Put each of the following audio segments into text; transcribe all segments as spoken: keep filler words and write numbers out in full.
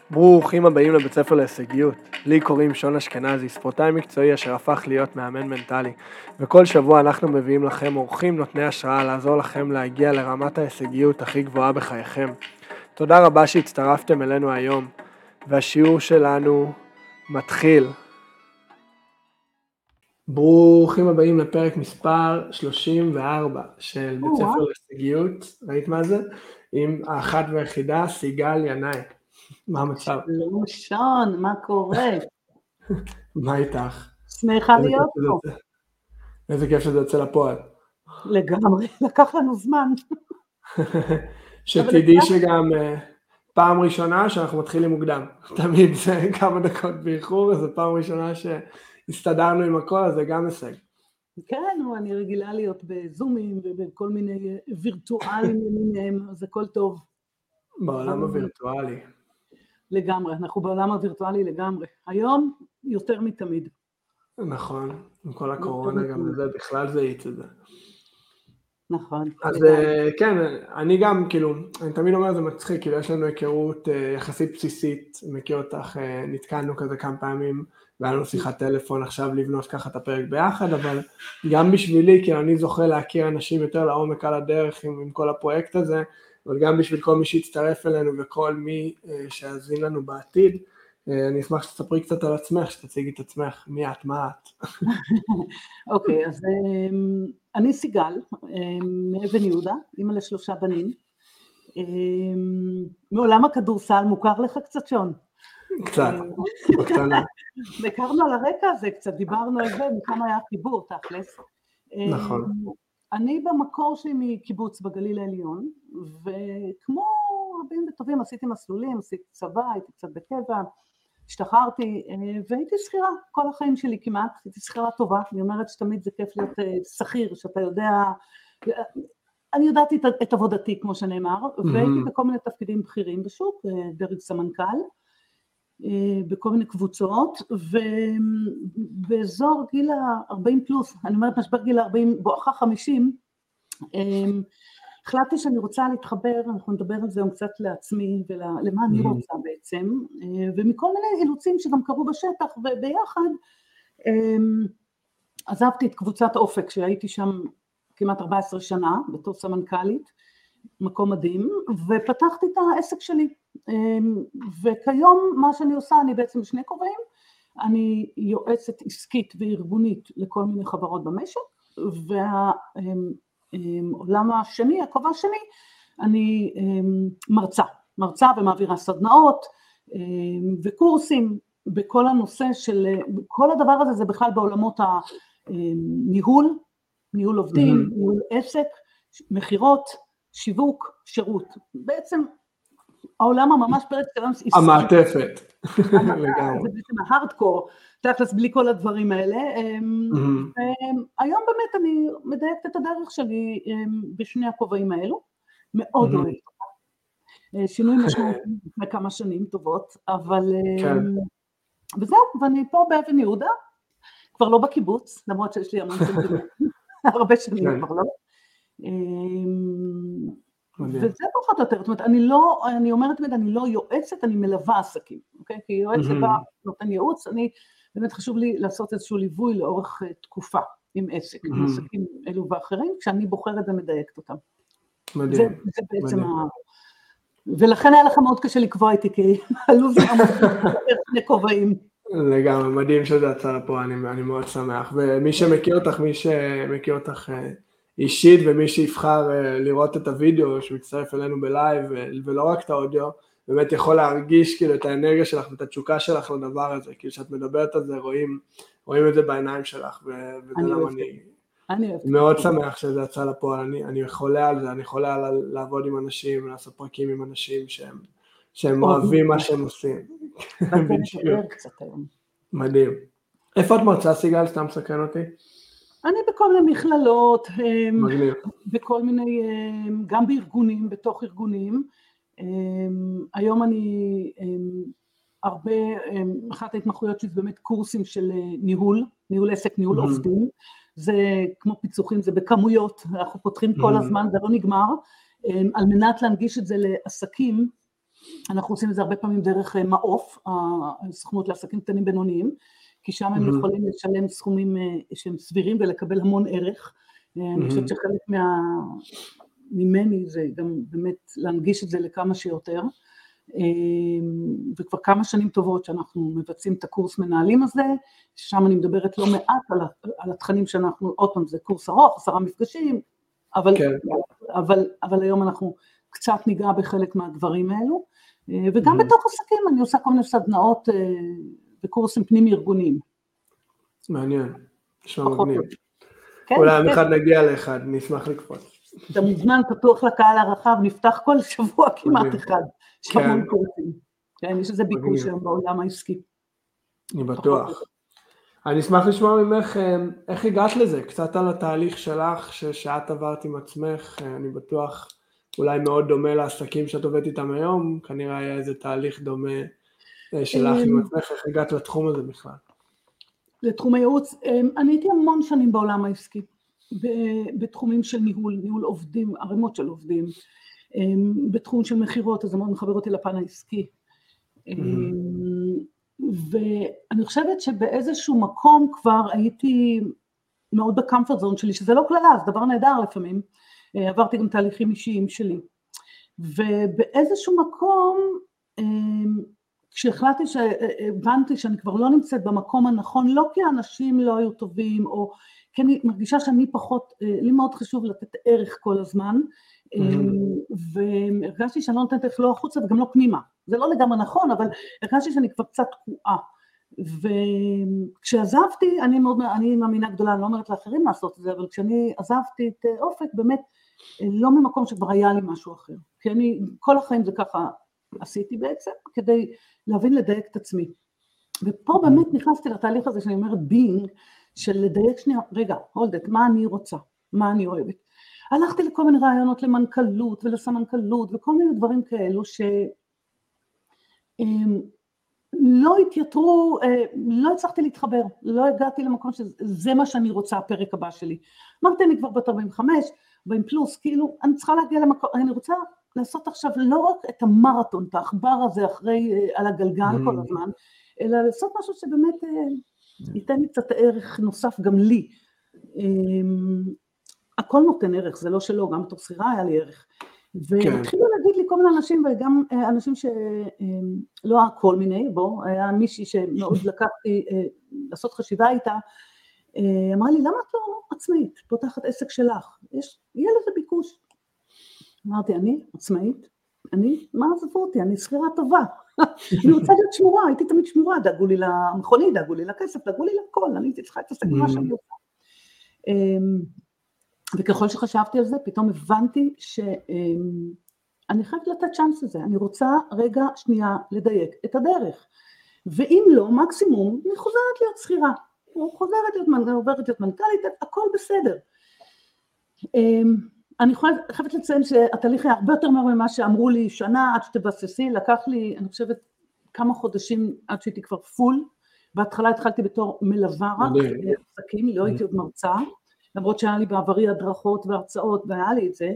ברוכים הבאים לבית ספר להישגיות. לי קוראים שון אשכנזי, ספורטאי מקצועי אשר הפך להיות מאמן מנטלי. וכל שבוע אנחנו מביאים לכם אורחים נותני השראה לעזור לכם להגיע לרמת ההישגיות הכי גבוהה בחייכם. תודה רבה שהצטרפתם אלינו היום, והשיעור שלנו מתחיל. ברוכים הבאים לפרק מספר שלושים וארבע של בית ספר להישגיות. ראית מה זה? עם האחת והיחידה סיגל ינאי. מה המצב? שלום שון, מה קורה? מה איתך? שמחה להיות פה. איזה כיף שזה יוצא לפועל. לגמרי, לקח לנו זמן. שתדעי שגם פעם ראשונה שאנחנו מתחילים מוקדם. תמיד זה כמה דקות באיחור, אז זו פעם ראשונה שהסתדרנו עם הכל, אז זה גם הישג. כן, אני רגילה להיות בזומים ובכל מיני וירטואלים למיניהם, אז הכל טוב. בעולם הווירטואלי. לגמרי, אנחנו בעולם הווירטואלי לגמרי. היום יותר מתמיד. נכון, עם כל הקורונה גם לזה, בכלל זה יצא זה. נכון. אז כן, אני גם, כאילו, אני תמיד אומר זה מצחיק, כאילו יש לנו היכרות יחסית בסיסית, מכיר אותך, נתקענו כזה כמה פעמים, והיה לנו שיחת טלפון עכשיו לבנות ככה את הפרק ביחד, אבל גם בשבילי, כאילו אני זוכה להכיר אנשים יותר לעומק על הדרך עם, עם כל הפרויקט הזה, אבל גם בשביל כל מי שיצטרף אלינו וכל מי שיאזין לנו בעתיד, אני אשמח שתספרי קצת על עצמך, שתציגי את עצמך, מי את, מה את? אוקיי, אז אני סיגל, מאבן יהודה, אמא לשלושה בנים. מעולם הכדורסל, מוכר לך קצת שון? קצת, בקטנה. הכרנו על הרקע הזה, קצת דיברנו על זה, מכמה היה חיבור, תכלס. נכון. אני במקור שלי מקיבוץ בגליל העליון, וכמו רבים וטובים עשיתי מסלולים, עשיתי צבא, הייתי קצת בקבע, השתחררתי והייתי שכירה כל החיים שלי כמעט, הייתי שכירה טובה, אני אומרת שתמיד זה כיף להיות שכיר, שאתה יודע, אני יודעתי את עבודתי כמו שנאמר, והייתי בכל מיני תפקידים בכירים בשוק, דרג סמנכ"ל, בכל מיני קבוצות, ובאזור גיל ה-ארבעים פלוס, אני אומרת משבר גיל ה-ארבעים, בואכה חמישים, החלטתי שאני רוצה להתחבר, אנחנו נדבר על זה היום קצת לעצמי ולמה אני רוצה בעצם, ומכל מיני אילוצים שגם קרו בשטח, וביחד עזבתי את קבוצת אופק, שהייתי שם כמעט ארבע עשרה שנה, בתור סמנכ"לית, מקום מדהים, ופתחתי את העסק שלי, וכיום מה שאני עושה, אני בעצם בשני כובעים, אני יועצת עסקית וארגונית לכל מיני חברות במשק, וה... עולם השני, הכובע השני, אני מרצה, מרצה ומעבירה סדנאות וקורסים בכל הנושא של, כל הדבר הזה זה בכלל בעולמות הניהול, ניהול עובדים, ניהול עסק, מחירות, שיווק, שירות. בעצם העולם הממש פרק שלנו עסקי. המעטפת. זה בעצם ההארדקור, תכלס בלי כל הדברים האלה. היום באמת אני מדייקת את הדרך שלי בשני הכובעים האלו, מאוד אוהבת. שינוי משמעותי לפני כמה שנים טובות, אבל וזהו, ואני פה באבן יהודה, כבר לא בקיבוץ, למרות שיש לי המון שנים, הרבה שנים כבר לא. וזה פחות או יותר, זאת אומרת, אני לא, אני אומרת, אני לא יועצת, אני מלווה עסקים, אוקיי? כי יועץ שבא נותן ייעוץ, אני, באמת חשוב לי לעשות איזשהו ליווי לאורך תקופה עם עסק, עם עסקים אלו ואחרים, כשאני בוחרת ומדייקת אותם. מדהים. זה בעצם ה... ולכן היה לך מאוד קשה לקבוע איתי, כי הלו"ז מאוד שני כובעים. לגמרי, מדהים שזה יצא לפה, אני מאוד שמח. ומי שמכיר אותך, מי שמכיר אותך אישית, ומי שיבחר לראות את הוידאו שמצטרף אלינו בלייב, ולא רק את האודיו, באמת יכול להרגיש כאילו את האנרגיה שלך ואת התשוקה שלך לדבר הזה, כאילו שאת מדברת על זה, רואים, רואים את זה בעיניים שלך, וזה למה אני מאוד שמח שזה יצא לפה, אני, אני חולה על זה, אני חולה על לעבוד עם אנשים, לעשות פרקים עם אנשים שהם, שהם אוהבים מה שהם עושים. מדהים. איפה את מרצה סיגל, סתם מסקרן אותי? אני בכל מיני מכללות, בכל מיני, גם בארגונים, בתוך ארגונים. היום אני הרבה, אחת ההתמחויות שלי זה באמת קורסים של ניהול, ניהול עסק, ניהול עובדים. זה כמו פיצוחים, זה בכמויות, אנחנו פותחים כל הזמן, זה לא נגמר, על מנת להנגיש את זה לעסקים, אנחנו עושים את זה הרבה פעמים דרך מעוף, הסוכנות לעסקים קטנים בינוניים, כי שם הם יכולים לשלם סכומים שהם סבירים ולקבל המון ערך. אני חושבת שחלק מה... ממני זה גם באמת להנגיש את זה לכמה שיותר, וכבר כמה שנים טובות שאנחנו מבצעים את הקורס מנהלים הזה, שם אני מדברת לא מעט על, על התכנים שאנחנו, עוד פעם זה קורס ארוך, עשרה מפגשים, אבל, כן. אבל, אבל היום אנחנו קצת ניגע בחלק מהדברים האלו, וגם mm-hmm. בתוך עסקים אני עושה כל מיני סדנאות וקורסים פנים ארגוניים. מעניין, נשמע מגניב. כן, אולי כן. אחד נגיע לאחד, נשמח לקפוץ. אתה מוזמן, פתוח לקהל הרחב, נפתח כל שבוע כמעט אחד, שמון קורסים. כן, יש איזה ביקוש שם בעולם העסקי. אני בטוח. אני אשמח לשמוע ממך איך הגעת לזה, קצת על התהליך שלך שאת עברת עם עצמך, אני בטוח אולי מאוד דומה לעסקים שאת עובדת איתם היום, כנראה היה איזה תהליך דומה שלך עם עצמך, איך הגעת לתחום הזה בכלל? לתחום הייעוץ, אני הייתי המון שנים בעולם העסקי, בתחומים של ניהול, ניהול עובדים, ערימות של עובדים, בתחום של מחירות, אז המון מחבר אותי לפן העסקי. ואני חושבת שבאיזשהו מקום כבר הייתי מאוד בקמפרט זון שלי, שזה לא כללה, זה דבר נהדר לפעמים, עברתי גם תהליכים אישיים שלי. ובאיזשהו מקום, כשהחלטתי שהבנתי שאני כבר לא נמצאת במקום הנכון, לא כי האנשים לא היו טובים, או כי אני מרגישה שאני פחות, לי מאוד חשוב לתת ערך כל הזמן, והרגשתי שאני לא נותנת ערך לא החוצה וגם לא פנימה. זה לא לגמרי נכון, אבל הרגשתי שאני כבר קצת תקועה. וכשעזבתי, אני מאוד, אני מאמינה גדולה, אני לא אומרת לאחרים לעשות את זה, אבל כשאני עזבתי את אופק, באמת לא ממקום שכבר היה לי משהו אחר. כי אני, כל החיים זה ככה עשיתי בעצם, כדי להבין לדייק את עצמי. ופה באמת נכנסתי לתהליך הזה שאני אומרת being, של לדייק שנייה, רגע, הולדת, מה אני רוצה? מה אני אוהבת? הלכתי לכל מיני רעיונות למנכ"לות ולסמנכ"לות וכל מיני דברים כאלו שלא התייתרו, לא הצלחתי להתחבר, לא הגעתי למקום שזה מה שאני רוצה, הפרק הבא שלי. אמרתי, אני כבר בת ארבעים וחמש, ארבעים פלוס, כאילו, אני צריכה להגיע למקום, אני רוצה לעשות עכשיו לא רק את המרתון, את האחבר הזה אחרי, על הגלגל כל הזמן, אלא לעשות משהו שבאמת ייתן לי קצת ערך נוסף גם לי. הכל נותן ערך, זה לא שלא, גם בתור שכירה היה לי ערך. והתחילו להגיד לי כל מיני אנשים, וגם אנשים שלא כל מיני, בוא, היה מישהי שמאוד לקחתי לעשות חשיבה איתה, אמרה לי, למה את לא עצמאית? פותחת עסק שלך, יש, יהיה לזה ביקוש. אמרתי, אני עצמאית? אני? מה עזבו אותי? אני שכירה טובה. אני רוצה להיות שמורה, הייתי תמיד שמורה, דאגו לי למכונית, דאגו לי לכסף, דאגו לי לכל, אני הייתי צריכה את הסגרה שאני עושה. וככל שחשבתי על זה, פתאום הבנתי שאני חייבת לתת צ'אנס לזה, אני רוצה רגע שנייה לדייק את הדרך, ואם לא, מקסימום, אני חוזרת להיות שכירה, חוזרת להיות, עוברת להיות מנכ"לית, הכל בסדר. אני חייבת לציין שהתהליך היה הרבה יותר מהר ממה שאמרו לי, שנה עד שתבססי, לקח לי, אני חושבת, כמה חודשים עד שהייתי כבר פול, בהתחלה התחלתי בתור מלווה רק, עסקים, לא הייתי עוד מרצאה, למרות שהיה לי בעברי הדרכות והרצאות, והיה לי את זה,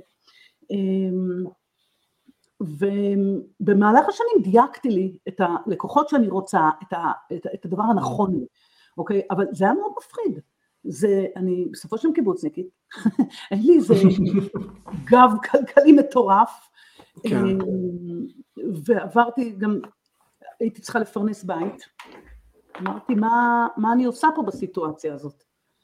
ובמהלך השנים דייקתי לי את הלקוחות שאני רוצה, את, ה, את, את הדבר הנכון לי, אוקיי? אבל זה היה מאוד מפחיד, זה, אני בסופו של קיבוצניקית, אין לי איזה גב כלכלי מטורף, כן. ועברתי גם, הייתי צריכה לפרנס בית, אמרתי, מה, מה אני עושה פה בסיטואציה הזאת?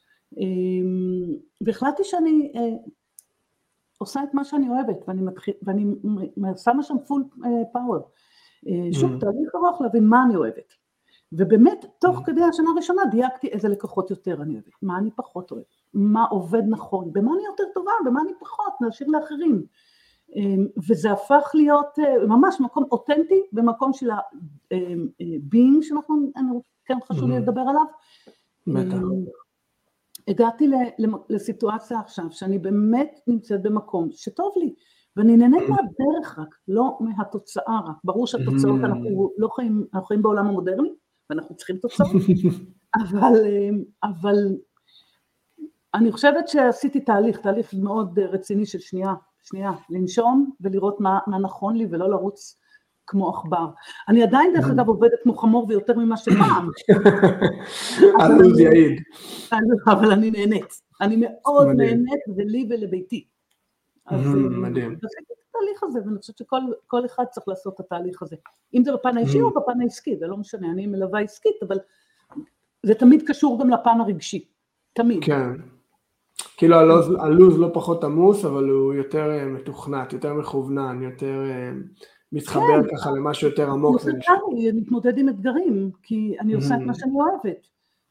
והחלטתי שאני עושה את מה שאני אוהבת, ואני, מתחיל, ואני שמה שם פול פאוור. שוב, תהליך ארוך להבין מה אני אוהבת. ובאמת, תוך כדי השנה הראשונה, דייקתי איזה לקוחות יותר אני אוהבת, מה אני פחות אוהבת, מה עובד נכון, במה אני יותר טובה, במה אני פחות, להשאיר לאחרים. וזה הפך להיות ממש מקום אותנטי, במקום של הביינג שאנחנו, כן חשוב לי לדבר עליו. בטח. הגעתי לסיטואציה עכשיו, שאני באמת נמצאת במקום שטוב לי, ואני נהנית מהדרך רק, לא מהתוצאה רק. ברור שהתוצאות, אנחנו לא חיים, אנחנו חיים בעולם המודרני, ואנחנו צריכים תוצאות, אבל, אבל אני חושבת שעשיתי תהליך, תהליך מאוד רציני של שנייה, שנייה, לנשום ולראות מה, מה נכון לי, ולא לרוץ כמו עכבר. אני עדיין דרך אגב עובדת כמו חמור ויותר ממה שפעם. הלו"ז יעיד. אבל אני נהנית. אני מאוד נהנית ולי ולביתי. מדהים. אז זה התהליך הזה, ואני חושבת שכל אחד צריך לעשות את התהליך הזה. אם זה בפן האישי או בפן העסקי, זה לא משנה, אני מלווה עסקית, אבל זה תמיד קשור גם לפן הרגשי. תמיד. כן. כאילו הלו"ז לא פחות עמוס, אבל הוא יותר מתוכנת, יותר מכוונן, יותר מתחבר ככה למשהו יותר עמוק. אני מתמודד עם אתגרים, כי אני עושה את מה שאני אוהבת.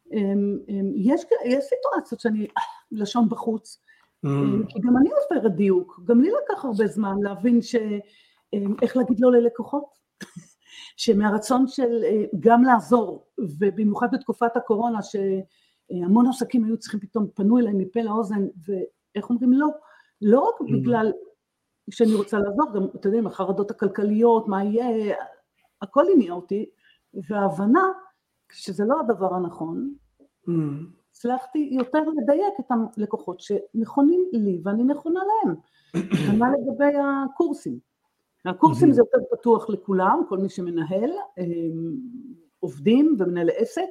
יש סיטואציות שאני לשון בחוץ, כי גם אני עוברת דיוק, גם לי לקח הרבה זמן להבין איך להגיד לא ללקוחות, שמהרצון של גם לעזור, ובמיוחד בתקופת הקורונה, שהמון עסקים היו צריכים פתאום, פנו אליי מפה לאוזן, ואיך אומרים לא, לא רק בגלל שאני רוצה לעזור, גם אתם יודעים, החרדות הכלכליות, מה יהיה, הכל הניע אותי, וההבנה שזה לא הדבר הנכון, הצלחתי יותר לדייק את הלקוחות שנכונים לי ואני נכונה להם. ומה לגבי הקורסים? הקורסים זה יותר פתוח לכולם, כל מי שמנהל, עובדים ומנהל עסק,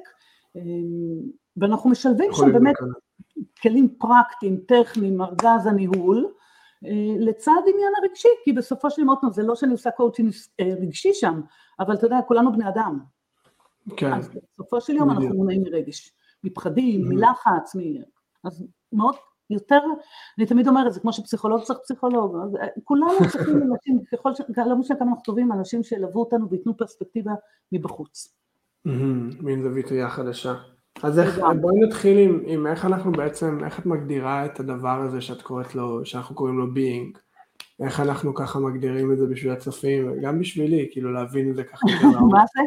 ואנחנו משלבים שם באמת כלים פרקטיים, טכניים, ארגז הניהול, לצד עניין הרגשי, כי בסופו של דבר זה לא שאני עושה קואוצ'ינג רגשי שם, אבל אתה יודע, כולנו בני אדם. אז בסופו של יום אנחנו מונעים מרגש. מפחדים, מלחץ, אז מאוד יותר, אני תמיד אומרת, זה כמו שפסיכולוג צריך פסיכולוג, כולנו צריכים אנשים, לא משנה כמה אנחנו טובים, אנשים שילוו אותנו ויתנו פרספקטיבה מבחוץ. מין זווית ראייה חדשה. אז בואי נתחיל עם איך אנחנו בעצם, איך את מגדירה את הדבר הזה שאת קוראת לו, שאנחנו קוראים לו being, איך אנחנו ככה מגדירים את זה בשביל הצופים, וגם בשבילי, כאילו להבין את זה ככה. מה זה?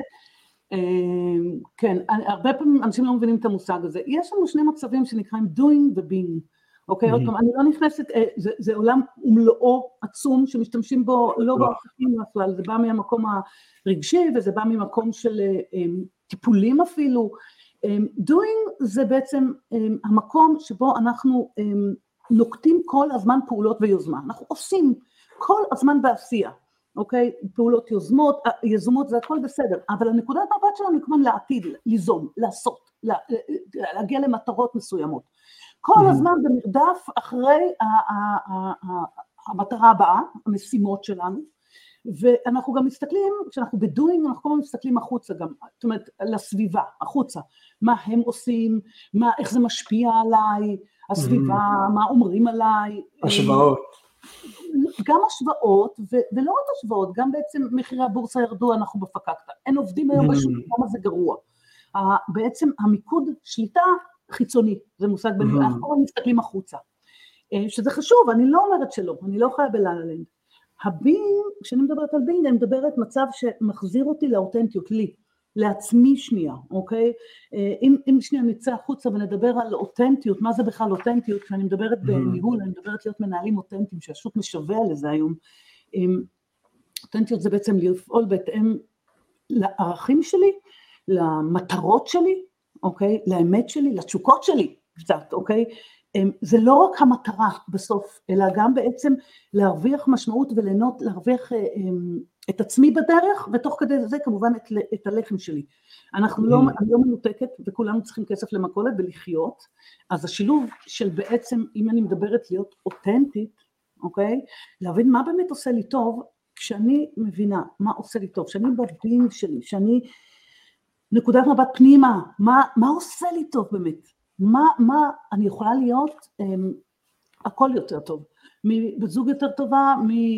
כן, הרבה פעמים אנשים לא מבינים את המושג הזה. יש לנו שני מצבים שנקראים doing ו-being, אוקיי? עוד פעם, אני לא נכנסת, זה עולם ומלואו עצום שמשתמשים בו לא בערכים בכלל, זה בא מהמקום הרגשי וזה בא ממקום של טיפולים אפילו. doing זה בעצם המקום שבו אנחנו נוקטים כל הזמן פעולות ויוזמה, אנחנו עושים כל הזמן בעשייה. אוקיי, פעולות יוזמות, יזומות זה הכל בסדר, אבל הנקודת מבט שלנו היא כמובן לעתיד, ליזום, לעשות, להגיע למטרות מסוימות. כל הזמן במרדף אחרי המטרה הבאה, המשימות שלנו, ואנחנו גם מסתכלים, כשאנחנו בדוינג, אנחנו כל הזמן מסתכלים החוצה גם, זאת אומרת, לסביבה, החוצה, מה הם עושים, מה, איך זה משפיע עליי, הסביבה, מה אומרים עליי. השוואות. גם השוואות, ולא רק השוואות, גם בעצם מחירי הבורסה ירדו, אנחנו בפקקטה. אין עובדים היום בשוק, כמה זה גרוע. בעצם המיקוד שליטה חיצוני, זה מושג בין, אנחנו מסתכלים החוצה. שזה חשוב, אני לא אומרת שלא, אני לא חיה בלה-לה-לנד. הבינג, כשאני מדברת על בינג, אני מדברת מצב שמחזיר אותי לאותנטיות, לי, לעצמי שנייה, אוקיי? אם, אם שנייה נצא החוצה ונדבר על אותנטיות, מה זה בכלל אותנטיות? כשאני מדברת בניהול, אני מדברת להיות מנהלים אותנטיים, שהשוק משווה לזה היום. אותנטיות זה בעצם לפעול בהתאם לערכים שלי, למטרות שלי, אוקיי? לאמת שלי, לתשוקות שלי קצת, אוקיי? זה לא רק המטרה בסוף, אלא גם בעצם להרוויח משמעות וליהנות, להרוויח את עצמי בדרך, ותוך כדי זה כמובן את, את הלחם שלי. אנחנו לא, אני לא מנותקת, וכולנו צריכים כסף למכולת ולחיות, אז השילוב של בעצם, אם אני מדברת להיות אותנטית, אוקיי? להבין מה באמת עושה לי טוב, כשאני מבינה מה עושה לי טוב, כשאני בדין שלי, כשאני נקודת מבט פנימה, מה, מה עושה לי טוב באמת? מה, מה אני יכולה להיות, um, הכל יותר טוב, מבזוג יותר טובה,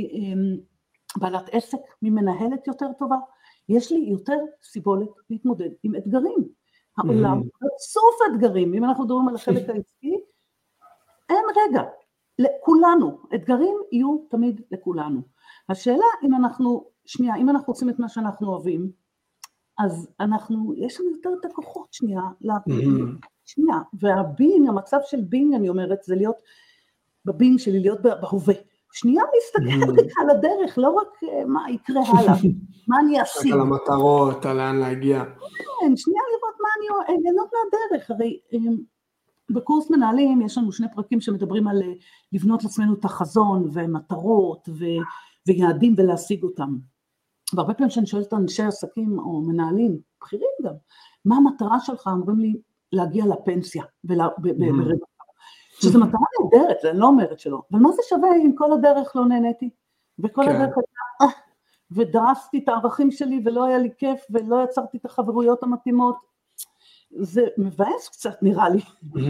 מבעלת עסק, ממנהלת יותר טובה, יש לי יותר סיבולת להתמודד עם אתגרים. העולם רצוף אתגרים, אם אנחנו מדברים על החלק העסקי, אין רגע, לכולנו, אתגרים יהיו תמיד לכולנו. השאלה אם אנחנו, שנייה, אם אנחנו עושים את מה שאנחנו אוהבים, אז אנחנו, יש לנו יותר את הכוחות שנייה, שנייה, והבינג, המצב של בינג, אני אומרת, זה להיות, בבינג שלי, להיות בהווה. שנייה להסתכל על הדרך, לא רק מה יקרה הלאה, מה אני אעשה. על המטרות, על לאן להגיע. כן, שנייה לראות מה אני, ליהנות מהדרך, הרי בקורס מנהלים יש לנו שני פרקים שמדברים על לבנות לעצמנו את החזון ומטרות ויעדים ולהשיג אותם. והרבה פעמים שאני שואלת אנשי עסקים או מנהלים, בכירים גם, מה המטרה שלך? אומרים לי להגיע לפנסיה, ברווחה. שזו מטרה נהדרת, אני לא אומרת שלא, אבל מה זה שווה אם כל הדרך לא נהניתי? וכל הדרך הייתה, ודרסתי את הערכים שלי ולא היה לי כיף ולא יצרתי את החברויות המתאימות, זה מבאס קצת נראה לי.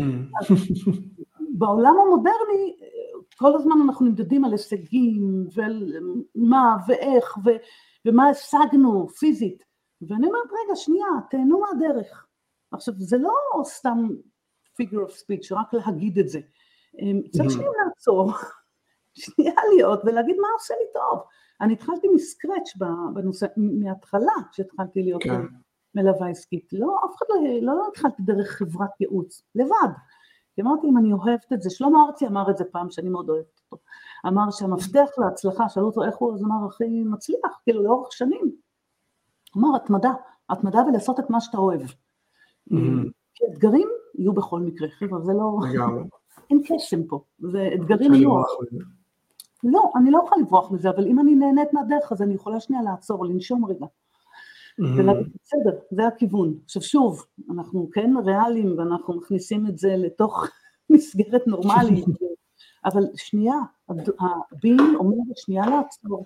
בעולם המודרני, כל הזמן אנחנו נמדדים על הישגים, ומה ואיך, ומה השגנו פיזית, ואני אומרת, רגע, שנייה, תהנו מהדרך. עכשיו, זה לא סתם figure of speech, רק להגיד את זה. צריך שנייה לעצור, שנייה להיות, ולהגיד מה עושה לי טוב. אני התחלתי מסקרץ' בנושא, מההתחלה, כשהתחלתי להיות מלווה עסקית. לא, אף אחד לא, לא התחלתי דרך חברת ייעוץ, לבד. כי אמרתי, אם אני אוהבת את זה, שלמה ארצי אמר את זה פעם, שאני מאוד אוהבת אותו. אמר שהמפתח להצלחה, שאלו אותו איך הוא, אז אמר, הכי מצליח, כאילו לאורך שנים. אמר, התמדה, התמדה ולעשות את מה שאתה אוהב. כי אתגרים יהיו בכל מקרה, חבר'ה, זה לא... אין קסם פה, זה אתגרים יהיו. לא, אני לא יכולה לברוח מזה, אבל אם אני נהנית מהדרך, אז אני יכולה שנייה לעצור, לנשום רגע. ולהגיד, בסדר, זה הכיוון. עכשיו שוב, אנחנו כן ריאליים, ואנחנו מכניסים את זה לתוך מסגרת נורמלית, אבל שנייה, הבין אומרת שנייה לעצור,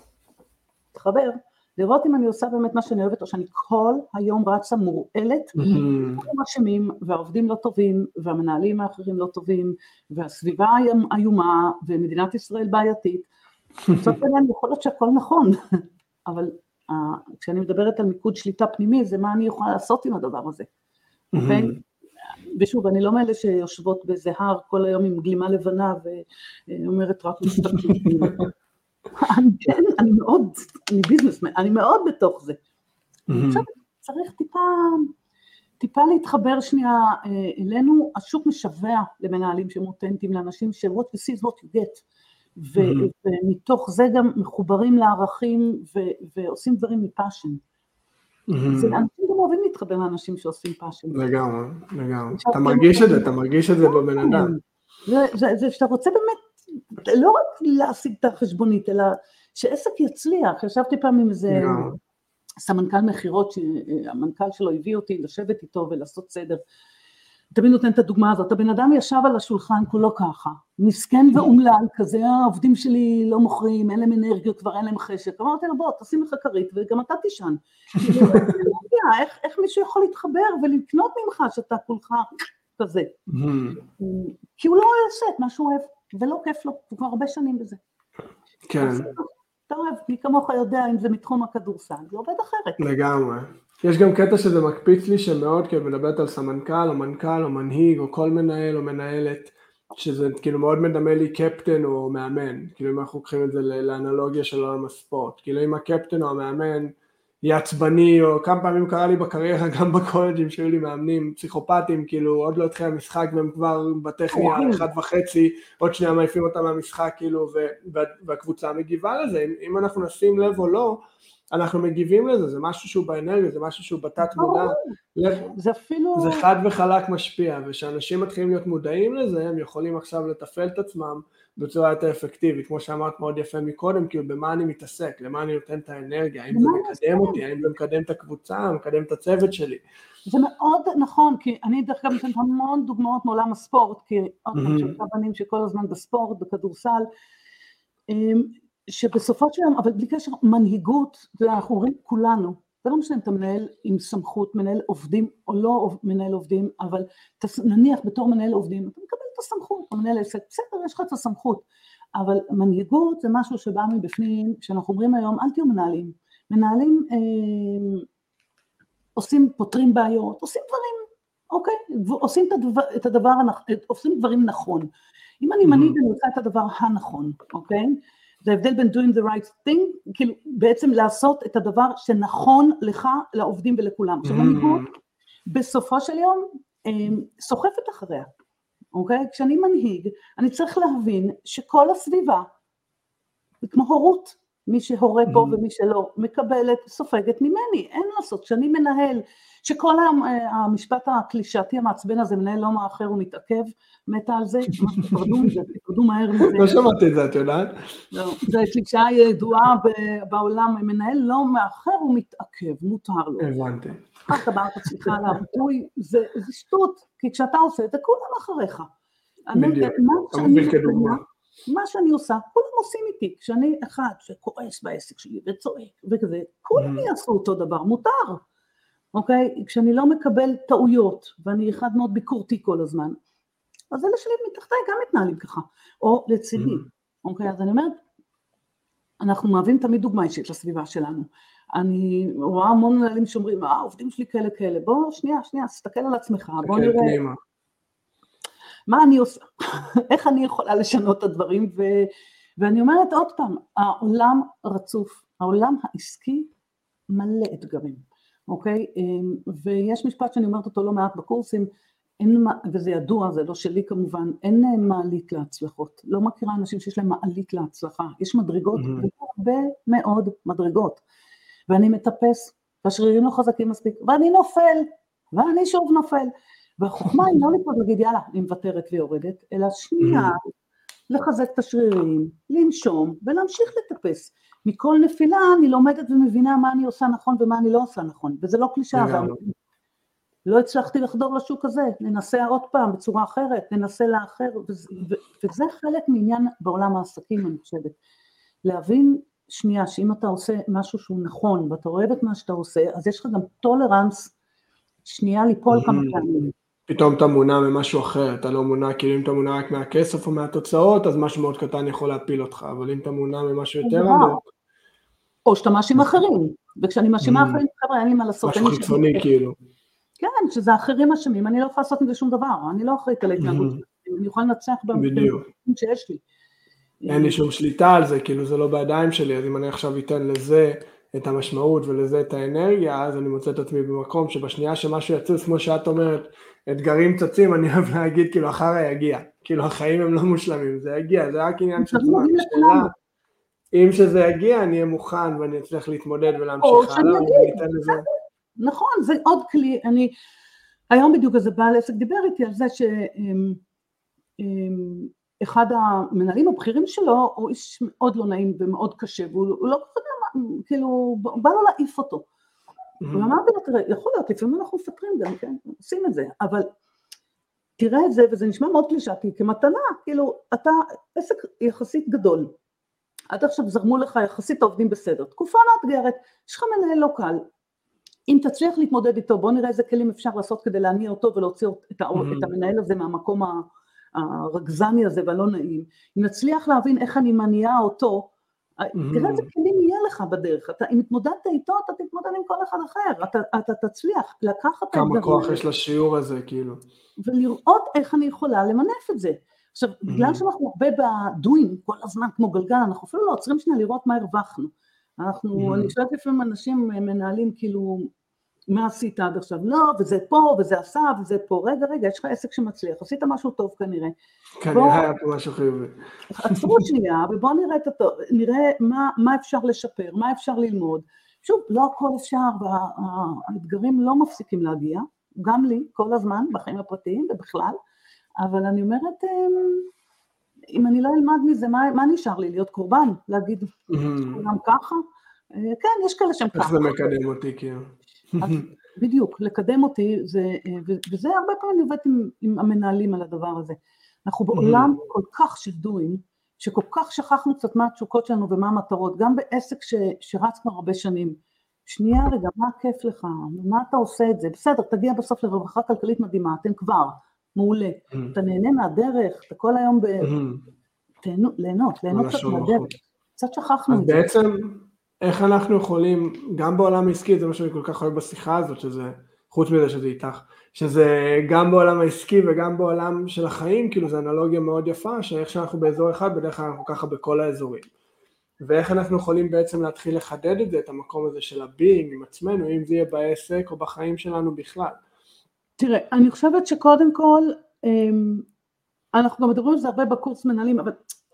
תחבר, לראות אם אני עושה באמת מה שאני אוהבת, או שאני כל היום רצה מורעלת, כולם אשמים, והעובדים לא טובים, והמנהלים האחרים לא טובים, והסביבה איומה, ומדינת ישראל בעייתית, זאת אומרת, יכול להיות שהכל נכון, אבל כשאני מדברת על מיקוד שליטה פנימי, זה מה אני יכולה לעשות עם הדבר הזה, אוקיי? ושוב, אני לא מאלה שיושבות באיזה הר כל היום עם גלימה לבנה, ואומרת רק מסתכלים. אני כן, אני מאוד, אני ביזנסמן, אני מאוד בתוך זה. עכשיו צריך טיפה, טיפה להתחבר שנייה אלינו, השוק משווה למנהלים שהם אותנטיים, לאנשים ש- what you see is what you get, ו- ומתוך זה גם מחוברים לערכים, ו- ועושים דברים מפאשן. זה אנשים גם אוהבים להתחבר לאנשים שעושים פאשן. לגמרי, לגמרי. אתה מרגיש את זה, אתה מרגיש את זה בבן אדם. זה שאתה רוצה באמת, לא רק להשיג את החשבונית, אלא שעסק יצליח. ישבתי פעם עם איזה סמנכ"ל מחירות, שהמנכ"ל שלו הביא אותי לשבת איתו ולעשות סדר. תמיד נותן את הדוגמה הזאת, הבן אדם ישב על השולחן כולו ככה, מסכן ואומלל כזה, העובדים שלי לא מוכרים, אין להם אנרגיה, כבר אין להם חשק. אמרתי לו, בוא, תשים לך כרית וגם אתה תישן. איך, איך מישהו יכול להתחבר ולקנות ממך שאתה כולך כזה? כי הוא לא עושה את מה שהוא אוהב. ולא כיף לו, הוא כבר הרבה שנים בזה. כן. אתה אוהב, מי כמוך יודע אם זה מתחום הכדורסל, זה עובד אחרת. לגמרי. יש גם קטע שזה מקפיץ לי שמאוד, כאילו מדברת על סמנכ"ל או מנכ"ל או מנהיג או כל מנהל או מנהלת, שזה כאילו מאוד מדמה לי קפטן או מאמן, כאילו אם אנחנו לוקחים את זה לאנלוגיה של עולם הספורט, כאילו אם הקפטן או המאמן יהיה עצבני, או כמה פעמים קרה לי בקריירה, גם בקולג'ים שהיו לי מאמנים פסיכופטים, כאילו עוד לא התחיל המשחק והם כבר בטכניה אחד וחצי, עוד שנייה מעיפים אותם מהמשחק, כאילו, והקבוצה מגיבה לזה, אם, אם אנחנו נשים לב או לא, אנחנו מגיבים לזה, זה משהו שהוא באנרגיה, זה משהו שהוא בתת מודע, זה אפילו... זה חד וחלק משפיע, ושאנשים מתחילים להיות מודעים לזה, הם יכולים עכשיו לתפעל את עצמם בצורה יותר אפקטיבית, כמו שאמרת מאוד יפה מקודם, כאילו במה אני מתעסק, למה אני נותן את האנרגיה, האם זה מקדם אותי, האם זה מקדם את הקבוצה, מקדם את הצוות שלי. זה מאוד נכון, כי אני דרך כלל נותנת המון דוגמאות מעולם הספורט, כי עוד פעם שלושה בנים שכל הזמן בספורט, בכדורסל, שבסופו של יום, אבל בלי קשר, מנהיגות, אנחנו אומרים כולנו, זה לא משנה אם אתה מנהל עם סמכות, מנהל עובדים או לא מנהל עובדים, אבל נניח בתור מנהל עובדים, אתה מקבל את הסמכות, אתה מנהל עסק, בסדר, יש לך את הסמכות, אבל מנהיגות זה משהו שבא מבפנים, שאנחנו אומרים היום, אל תהיו מנהלים, מנהלים אה, עושים, פותרים בעיות, עושים דברים, אוקיי, עושים את הדבר, את הדבר, עושים דברים נכון, אם אני מנהיג, אני עושה את הדבר הנכון, אוקיי, זה ההבדל בין doing the right thing, כאילו בעצם לעשות את הדבר שנכון לך, לעובדים ולכולם. עכשיו מנהיגות, בסופו של יום, סוחפת אחריה, אוקיי? כשאני מנהיג, אני צריך להבין שכל הסביבה, כמו הורות, מי שהורה פה ומי שלא, מקבלת, סופגת ממני, אין לעשות, כשאני מנהל, שכל המשפט הקלישאתי המעצבן הזה, מנהל לא מאחר ומתעכב, מתה על זה, תפרדו מזה, תפרדו מהר מזה. לא שמעתי את זה, את יודעת? לא, זו קלישאה ידועה בעולם, מנהל לא מאחר ומתעכב, מותר לו. הבנתי. אחת הבאת סליחה על הביטוי, זה שטות, כי כשאתה עושה את זה, כולם אחריך. בדיוק, המוביל כדוגמה. מה שאני עושה, כולם עושים איתי, כשאני אחד שכועס בעסק שלי וצועק וכזה, כולם יעשו אותו דבר, מותר, אוקיי? כשאני לא מקבל טעויות, ואני אחד מאוד ביקורתי כל הזמן, אז אלה שלי מתחתיי גם מתנהלים ככה, או לצידי, אוקיי? אז אני אומרת, אנחנו מהווים תמיד דוגמה אישית לסביבה שלנו, אני רואה המון מנהלים שאומרים, אה, העובדים שלי כאלה כאלה, בוא שנייה, שנייה, תסתכל על עצמך, בוא נראה. מה אני עושה, איך אני יכולה לשנות את הדברים, ו, ואני אומרת עוד פעם, העולם רצוף, העולם העסקי מלא אתגרים, אוקיי? ויש משפט שאני אומרת אותו לא מעט בקורסים, אין, וזה ידוע, זה לא שלי כמובן, אין מעלית להצלחות, לא מכירה אנשים שיש להם מעלית להצלחה, יש מדרגות, הרבה מאוד מדרגות, ואני מטפס, והשרירים לא חזקים מספיק, ואני נופל, ואני שוב נופל, והחוכמה היא לא ליפול להגיד, יאללה, אני מוותרת ויורדת, אלא שנייה, לחזק את השרירים, לנשום, ולהמשיך לטפס. מכל נפילה אני לומדת ומבינה מה אני עושה נכון ומה אני לא עושה נכון, וזה לא קלישאה, אבל לא הצלחתי לחדור לשוק הזה, ננסה עוד פעם בצורה אחרת, ננסה לאחר, וזה חלק מעניין בעולם העסקים, אני חושבת. להבין שנייה, שאם אתה עושה משהו שהוא נכון, ואתה אוהב את מה שאתה עושה, אז יש לך גם טולרנס, שנייה ליפול כמה פעמים. פתאום אתה מונע ממשהו אחר, אתה לא מונע, כאילו אם אתה מונע רק מהכסף או מהתוצאות, אז משהו מאוד קטן יכול להפיל אותך, אבל אם אתה מונע ממשהו יותר עמוק. או שאתה מאשים אחרים, וכשאני מאשימה אחרים, חבר'ה, אין לי מה לעשות. משהו חיצוני כאילו. כן, שזה אחרים אשמים, אני לא יכולה לעשות עם זה שום דבר, אני לא אחראית על ההתנהגות, אני יכולה לנצח במקום שיש לי. אין לי שום שליטה על זה, כאילו זה לא בידיים שלי, אז אם אני עכשיו אתן לזה את המשמעות ולזה את האנרגיה, אז אני מוצא את עצמי במקום שבשנייה שמשהו יצוץ, כמו שאת אומרת, אתגרים צצים, אני אוהב להגיד, כאילו אחר יגיע, כאילו החיים הם לא מושלמים, זה יגיע, זה רק עניין של זמן, שאלה, אם שזה יגיע, אני אהיה מוכן ואני אצליח להתמודד ולהמשיך הלאה, ואני אתן לזה. נכון, זה עוד כלי, אני, היום בדיוק איזה בעל עסק דיבר איתי על זה שאחד המנהלים הבכירים שלו, הוא איש מאוד לא נעים ומאוד קשה, והוא לא כאילו, בא לו להעיף אותו. ואמרתי לו, תראה, יכול להיות, לפעמים אנחנו מפטרים גם, כן, עושים את זה, אבל תראה את זה, וזה נשמע מאוד קלישאתי, כמתנה, כאילו, אתה עסק יחסית גדול, עד עכשיו זרמו לך יחסית העובדים בסדר, תקופה מאתגרת, יש לך מנהל לא קל, אם תצליח להתמודד איתו, בוא נראה איזה כלים אפשר לעשות כדי להניע אותו ולהוציא את המנהל הזה מהמקום הרגזני הזה והלא נעים, אם נצליח להבין איך אני מניעה אותו, תראה איזה כלים יהיה לך בדרך, אם התמודדת איתו, אתה תתמודד עם כל אחד אחר, אתה תצליח לקחת את כמה כוח יש לשיעור הזה, כאילו. ולראות איך אני יכולה למנף את זה. עכשיו, בגלל שאנחנו הרבה בדויים, כל הזמן כמו גלגל, אנחנו אפילו לא עוצרים שנייה לראות מה הרווחנו. אנחנו, אני חושבת לפעמים אנשים מנהלים כאילו, מה עשית עד עכשיו? לא, וזה פה, וזה עשה, וזה פה. רגע, רגע, יש לך עסק שמצליח, עשית משהו טוב כנראה. כנראה היה פה משהו חיובי. עצרו שנייה, ובואו נראה את אותו, נראה מה, מה אפשר לשפר, מה אפשר ללמוד. שוב, לא הכל אפשר, והאתגרים לא מפסיקים להגיע, גם לי, כל הזמן, בחיים הפרטיים ובכלל, אבל אני אומרת, אם אני לא אלמד מזה, מה, מה נשאר לי? להיות קורבן? להגיד, כולם ככה? כן, יש כאלה שהם ככה. איך זה מקדם אותי, כאילו. בדיוק, לקדם אותי, זה, וזה הרבה פעמים עובד עם, עם המנהלים על הדבר הזה. אנחנו בעולם כל כך שדויים, שכל כך שכחנו קצת מה התשוקות שלנו ומה המטרות, גם בעסק ש, שרץ כבר הרבה שנים. שנייה רגע, מה כיף לך? מה אתה עושה את זה? בסדר, תגיע בסוף לרווחה כלכלית מדהימה, אתם כבר, מעולה. אתה נהנה מהדרך, אתה כל היום ב... ליהנות, ליהנות קצת מהדרך. קצת שכחנו את זה. אז בעצם, איך אנחנו יכולים, גם בעולם העסקי, זה מה שאני כל כך אוהב בשיחה הזאת, שזה, חוץ מזה שזה איתך, שזה גם בעולם העסקי וגם בעולם של החיים, כאילו זו אנלוגיה מאוד יפה, שאיך שאנחנו באזור אחד, בדרך כלל אנחנו ככה בכל האזורים. ואיך אנחנו יכולים בעצם להתחיל לחדד את זה, את המקום הזה של הביינג עם עצמנו, אם זה יהיה בעסק או בחיים שלנו בכלל. תראה, אני חושבת שקודם כל, אנחנו גם מדברים על זה הרבה בקורס מנהלים, אבל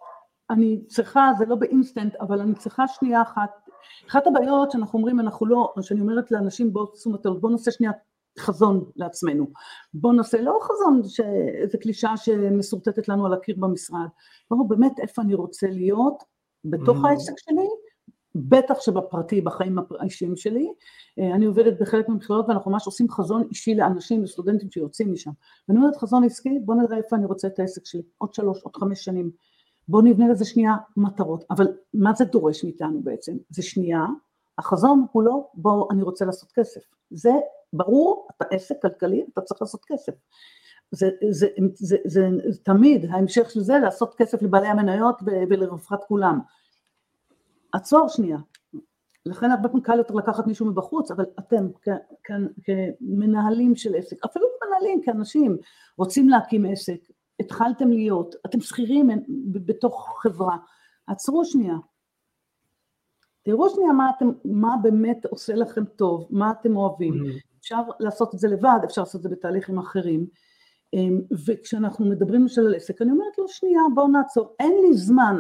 אני צריכה, זה לא באינסטנט, אבל אני צריכה שנייה אחת, אחת הבעיות שאנחנו אומרים, אנחנו לא, שאני אומרת לאנשים בואו תשומת לב, בואו נעשה שנייה חזון לעצמנו, בואו נעשה לא חזון, איזה קלישה שמסורטטת לנו על הקיר במשרד, בואו באמת איפה אני רוצה להיות, בתוך העסק שלי, בטח שבפרטי, בחיים האישיים שלי, אני עובדת בחלק ממכללות, ואנחנו ממש עושים חזון אישי לאנשים, לסטודנטים שיוצאים משם, ואני אומרת חזון עסקי, בואו נראה איפה אני רוצה את העסק שלי, עוד שלוש, עוד חמש שנים, בואו נבנה לזה שנייה מטרות, אבל מה זה דורש מאיתנו בעצם? זה שנייה, החזון הוא לא, בואו אני רוצה לעשות כסף, זה ברור, אתה עסק כלכלי, אתה צריך לעשות כסף, זה, זה, זה, זה, זה תמיד ההמשך של זה, לעשות כסף לבעלי המניות ולרווחת כולם, עצור שנייה, לכן הרבה פעמים קל יותר לקחת מישהו מבחוץ, אבל אתם כ- כ- כמנהלים של עסק, אפילו מנהלים כאנשים, רוצים להקים עסק, התחלתם להיות, אתם שכירים בתוך חברה, עצרו שנייה, תראו שנייה מה, אתם, מה באמת עושה לכם טוב, מה אתם אוהבים, mm-hmm. אפשר לעשות את זה לבד, אפשר לעשות את זה בתהליכים אחרים, וכשאנחנו מדברים למשל על עסק, אני אומרת לו שנייה בואו נעצור, אין לי זמן,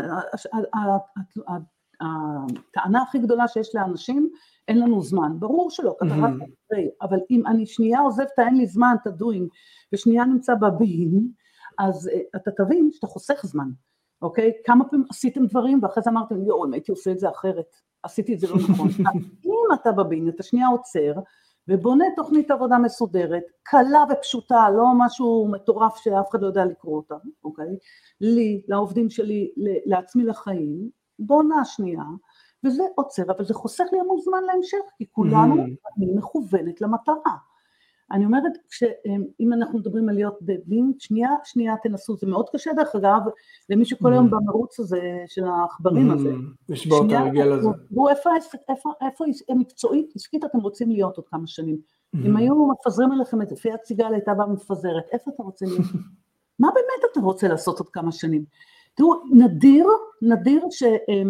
הטענה הכי גדולה שיש לאנשים, אין לנו זמן, ברור שלא, mm-hmm. אבל אם אני שנייה עוזבת, אין לי זמן, אתה doing, ושנייה נמצא בבין, אז אתה תבין שאתה חוסך זמן, אוקיי? כמה פעמים עשיתם דברים, ואחרי זה אמרתם, יואו, אם הייתי עושה את זה אחרת, עשיתי את זה לא נכון. אם אתה בבין, אתה שנייה עוצר, ובונה תוכנית עבודה מסודרת, קלה ופשוטה, לא משהו מטורף שאף אחד לא יודע לקרוא אותה, אוקיי? לי, לעובדים שלי, לעצמי לחיים, בונה שנייה, וזה עוצר, אבל זה חוסך לי המון זמן להמשך, כי כולנו אני מכוונת למטרה. אני אומרת, אם אנחנו מדברים על להיות בבין, שנייה, שנייה תנסו, זה מאוד קשה דרך אגב, למי שכל היום במרוץ הזה של העכברים הזה. לשבור את הרגל הזה. והוא איפה מקצועית, עסקית אתם רוצים להיות עוד כמה שנים. אם היו מפזרים עליכם את לפי הציגל הייתה בה מפזרת, איפה אתה רוצה להיות? מה באמת אתה רוצה לעשות עוד כמה שנים? תראו, נדיר, נדיר ש...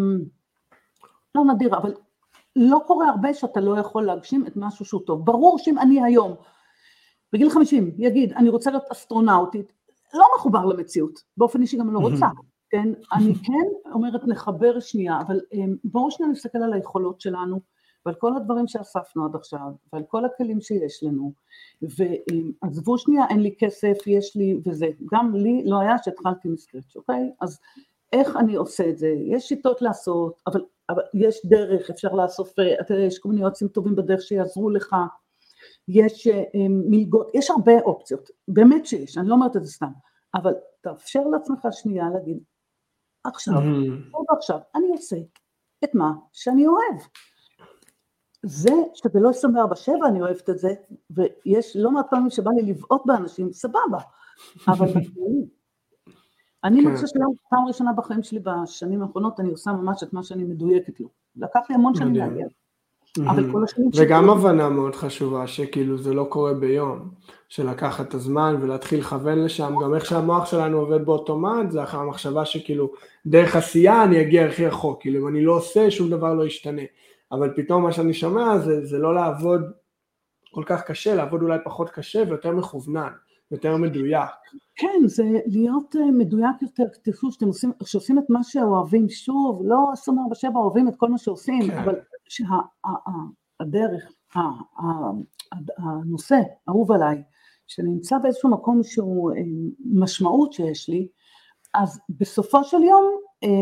לא נדיר, אבל לא קורה הרבה שאתה לא יכול להגשים את משהו שהוא טוב. ברור שאם אני היום, בגיל חמישים, יגיד, אני רוצה להיות אסטרונאוטית, לא מחובר למציאות, באופן אישי גם לא רוצה, כן? אני כן אומרת, נחבר שנייה, אבל בואו שנייה נסתכל על היכולות שלנו, ועל כל הדברים שאספנו עד עכשיו, ועל כל הכלים שיש לנו, ועזבו שנייה, אין לי כסף, יש לי, וזה, גם לי לא היה שהתחלתי מסקרץ', אוקיי? אז איך אני עושה את זה? יש שיטות לעשות, אבל, אבל יש דרך, אפשר לאסוף, יש כל מיני יועצים טובים בדרך שיעזרו לך, יש מלגות, יש הרבה אופציות, באמת שיש, אני לא אומרת את זה סתם, אבל תאפשר לעצמך שנייה להגיד, עכשיו, או עכשיו, אני עושה את מה שאני אוהב. זה שזה לא עשרים וארבע שבע, אני אוהבת את זה, ויש לא מעט פעמים שבא לי לבעוט באנשים, סבבה, אבל אני מרגישה שלום, פעם ראשונה בחיים שלי בשנים האחרונות, אני עושה ממש את מה שאני מדויקת לו. לקח לי המון שנים להגיע. וגם הבנה מאוד חשובה, שכאילו זה לא קורה ביום, שלקחת את הזמן ולהתחיל לכוון לשם, גם איך שהמוח שלנו עובד באוטומט, זה אחר המחשבה שכאילו דרך עשייה אני אגיע הכי רחוק, כאילו אם אני לא עושה שום דבר לא ישתנה, אבל פתאום מה שאני שומע זה, זה לא לעבוד כל כך קשה, לעבוד אולי פחות קשה ויותר מכוונן. יותר מדויק. כן, זה להיות מדויק יותר, תראו שאתם עושים, שעושים את מה שאוהבים, שוב, לא עשרים וארבע שבע אוהבים את כל מה שעושים, כן. אבל שהדרך, הנושא, אהוב עליי, שנמצא באיזשהו מקום שהוא משמעות שיש לי, אז בסופו של יום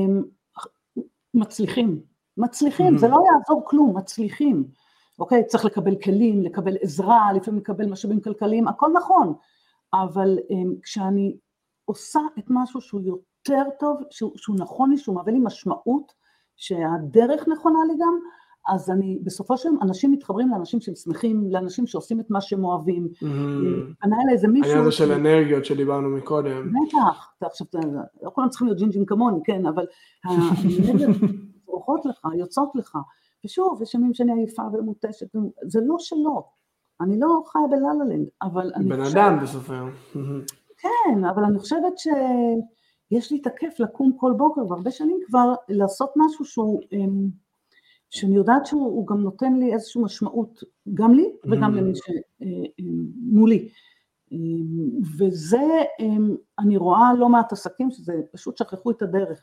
מצליחים, מצליחים, זה לא יעזור כלום, מצליחים, אוקיי, צריך לקבל כלים, לקבל עזרה, לפעמים לקבל משאבים כלכליים, הכל נכון, אבל um, כשאני עושה את משהו שהוא יותר טוב, שהוא, שהוא נכון לי, שהוא מביא לי משמעות, שהדרך נכונה לי גם, אז אני, בסופו של דבר, אנשים מתחברים לאנשים שהם שמחים, לאנשים שעושים את מה שהם אוהבים. אני היה לאיזה מישהו... העניין הזה של אנרגיות שדיברנו מקודם. בטח, עכשיו, לא כולם צריכים להיות ג'ינג'ים כמוני, כן, אבל האנרגיות זרוקות לך, יוצאות לך, ושוב, יש ימים שאני עייפה ומותשת, זה לא שלא. אני לא חיה בלללנד, אבל אני בן אדם בסופר. כן, אבל אני חושבת שיש לי את הכיף לקום כל בוקר, והרבה שנים כבר לעשות משהו שהוא, שאני יודעת שהוא גם נותן לי איזושהי משמעות, גם לי וגם למי שמולי. וזה, אני רואה לא מעט עסקים שזה פשוט שכחו את הדרך,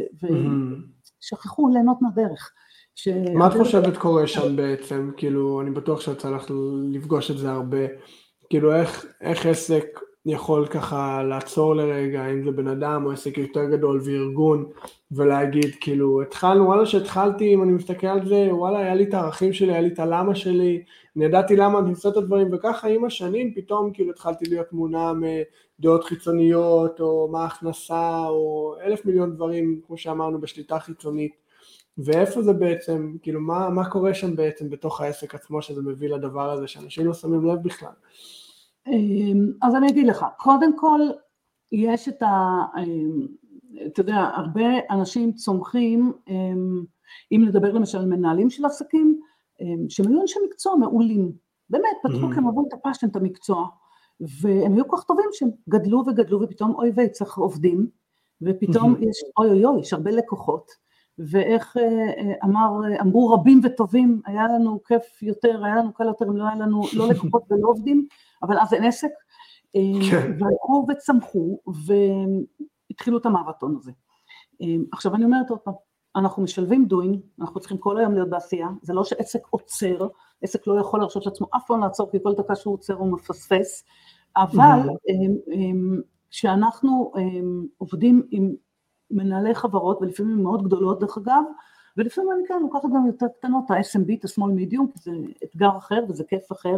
ושכחו ליהנות מהדרך. מה את חושבת קורה שם בעצם? כאילו, אני בטוח שיצא לך לפגוש את זה הרבה. כאילו, איך, איך עסק יכול ככה לעצור לרגע, אם זה בן אדם או עסק יותר גדול וארגון, ולהגיד, כאילו, התחלנו, וואלה שהתחלתי, אם אני מסתכל על זה, וואלה, היה לי את הערכים שלי, היה לי את הלמה שלי, אני ידעתי למה אני עושה את הדברים, וככה עם השנים פתאום כאילו התחלתי להיות מונע מדעות חיצוניות, או מה ההכנסה, או אלף מיליון דברים, כמו שאמרנו, בשליטה חיצונית. ואיפה זה בעצם, כאילו, מה, מה קורה שם בעצם בתוך העסק עצמו, שזה מביא לדבר הזה, שאנשים לא שמים לב בכלל? אז אני אגיד לך, קודם כל, יש את ה... אתה יודע, הרבה אנשים צומחים, אם לדבר למשל על מנהלים של עסקים, שהם היו אנשי מקצוע מעולים, באמת, פתחו כהם עבור את הפשטן, את המקצוע, והם היו כל כך טובים שהם גדלו וגדלו, ופתאום אוי ואי צריך עובדים, ופתאום יש אוי אוי אוי, יש הרבה לקוחות, ואיך אמר, אמרו רבים וטובים, היה לנו כיף יותר, היה לנו קל יותר, אם לא היה לנו לא לקוחות ולא עובדים, אבל אז אין עסק, והלכו וצמחו, והתחילו את המרתון הזה. עכשיו אני אומרת עוד פעם, אנחנו משלבים דוין, אנחנו צריכים כל היום להיות בעשייה, זה לא שעסק עוצר, עסק לא יכול לרשות לעצמו אף פעם לעצור, כי כל דקה שהוא עוצר הוא מפספס, אבל כשאנחנו עובדים עם מנהלי חברות, ולפעמים הן מאוד גדולות דרך אגב, ולפעמים אני כאן לוקחת גם יותר קטנות, ה-אס אם בי, את ה-small medium, כי זה אתגר אחר וזה כיף אחר,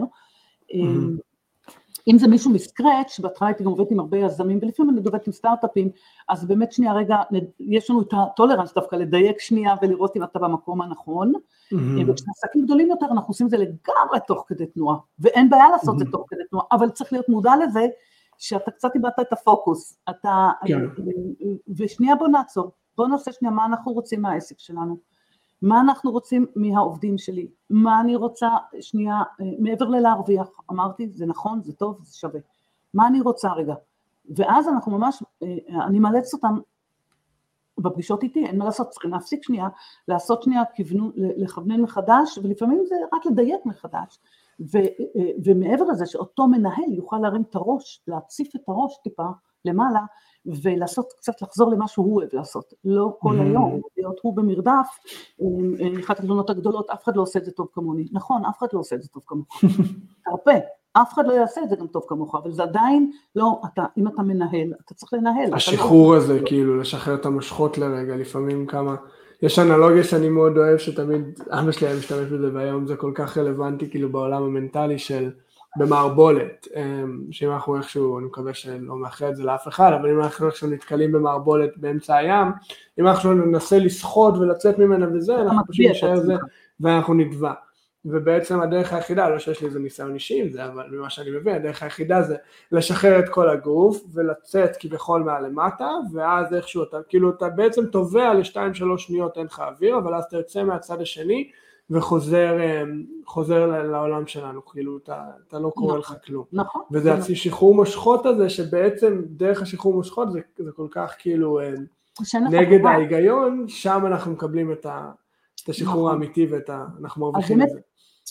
אם זה מישהו מסקרץ', בהתחלה הייתי גם עובדת עם הרבה יזמים, ולפעמים אני עובדת עם סטארט-אפים, אז באמת שנייה רגע, יש לנו את הטולרנס דווקא לדייק שנייה, ולראות אם אתה במקום הנכון, וכשעסקים גדולים יותר, אנחנו עושים זה לגמרי תוך כדי תנועה, ואין בעיה לעשות זה תוך כדי תנועה, אבל צריך להיות מודע לזה, שאתה קצת איבדת את הפוקוס, אתה, ושנייה בוא נעצור, בוא נעשה שנייה מה אנחנו רוצים מהעסק שלנו, מה אנחנו רוצים מהעובדים שלי, מה אני רוצה שנייה, מעבר ללהרוויח, אמרתי, זה נכון, זה טוב, זה שווה, מה אני רוצה רגע, ואז אנחנו ממש, אני מאלץ אותם, בפגישות איתי, אין מה לעשות, צריכים להפסיק שנייה, לעשות שנייה, כיוונו, לכוונן מחדש, ולפעמים זה רק לדייק מחדש, ו, ומעבר לזה שאותו מנהל יוכל להרים את הראש, להציף את הראש טיפה למעלה, ולעשות קצת לחזור למה שהוא אוהב לעשות, לא כל היום, להיות הוא במרדף, אחת התלונות הגדולות, אף אחד לא עושה את זה טוב כמוני, נכון, אף אחד לא עושה את זה טוב כמוך, תרפה, אף אחד לא יעשה את זה גם טוב כמוך, אבל זה עדיין לא, אתה, אם אתה מנהל, אתה צריך לנהל. השחרור הזה, כאילו, לשחרר את המשכות לרגע, לפעמים כמה, יש אנלוגיה שאני מאוד אוהב, שתמיד, אבא שלי היה משתמש בזה, והיום זה כל כך רלוונטי, כאילו, בעולם המנטלי של, במערבולת, שאם אנחנו איכשהו, אני מקווה שלא מאחרי את זה לאף אחד, אבל אם אנחנו איכשהו נתקלים במערבולת באמצע הים, אם אנחנו ננסה לשחות ולצאת ממנה וזה, אנחנו פשוט נשאר זה, ואנחנו נדבע. ובעצם הדרך היחידה, לא שיש לי איזה ניסיון אישי עם זה, אבל ממה שאני מבין, הדרך היחידה זה לשחרר את כל הגוף, ולצאת כבכל מעל למטה, ואז איכשהו אתה, כאילו אתה בעצם תובע לשתיים שלוש שניות אין לך אוויר, אבל אז אתה יוצא מהצד השני, וחוזר חוזר לעולם שלנו, כאילו אתה, אתה לא קורא לך כלום. נכון. וזה השחרור מושכות הזה, שבעצם דרך השחרור מושכות, זה, זה כל כך כאילו נגד ההיגיון, שם אנחנו מקבלים את ה... את השחרור האמיתי ואת ה... אנחנו מרוויחים את זה.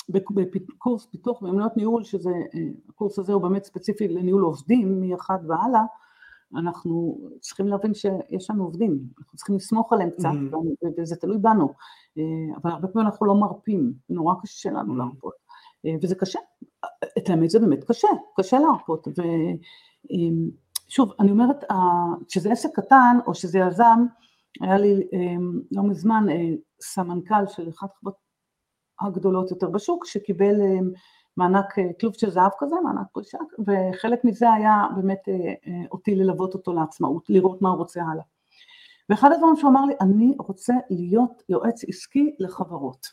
בקורס פיתוח ואמנות ניהול, שזה, הקורס הזה הוא באמת ספציפי לניהול עובדים, מאחד והלאה, אנחנו צריכים להבין שיש לנו עובדים, אנחנו צריכים לסמוך עליהם קצת, וזה תלוי בנו, אבל הרבה פעמים אנחנו לא מרפים, נורא קשה לנו להרפות, וזה קשה, את האמת זה באמת קשה, קשה להרפות, ושוב, אני אומרת, כשזה עסק קטן, או שזה יזם, היה לי לא מזמן סמנכ"ל של אחת החברות הגדולות יותר בשוק, שקיבל מענק כלוב של זהב כזה, מענק פרישה, וחלק מזה היה באמת אותי ללוות אותו לעצמאות, לראות מה הוא רוצה הלאה. ואחד הדברים שהוא אמר לי, אני רוצה להיות יועץ עסקי לחברות.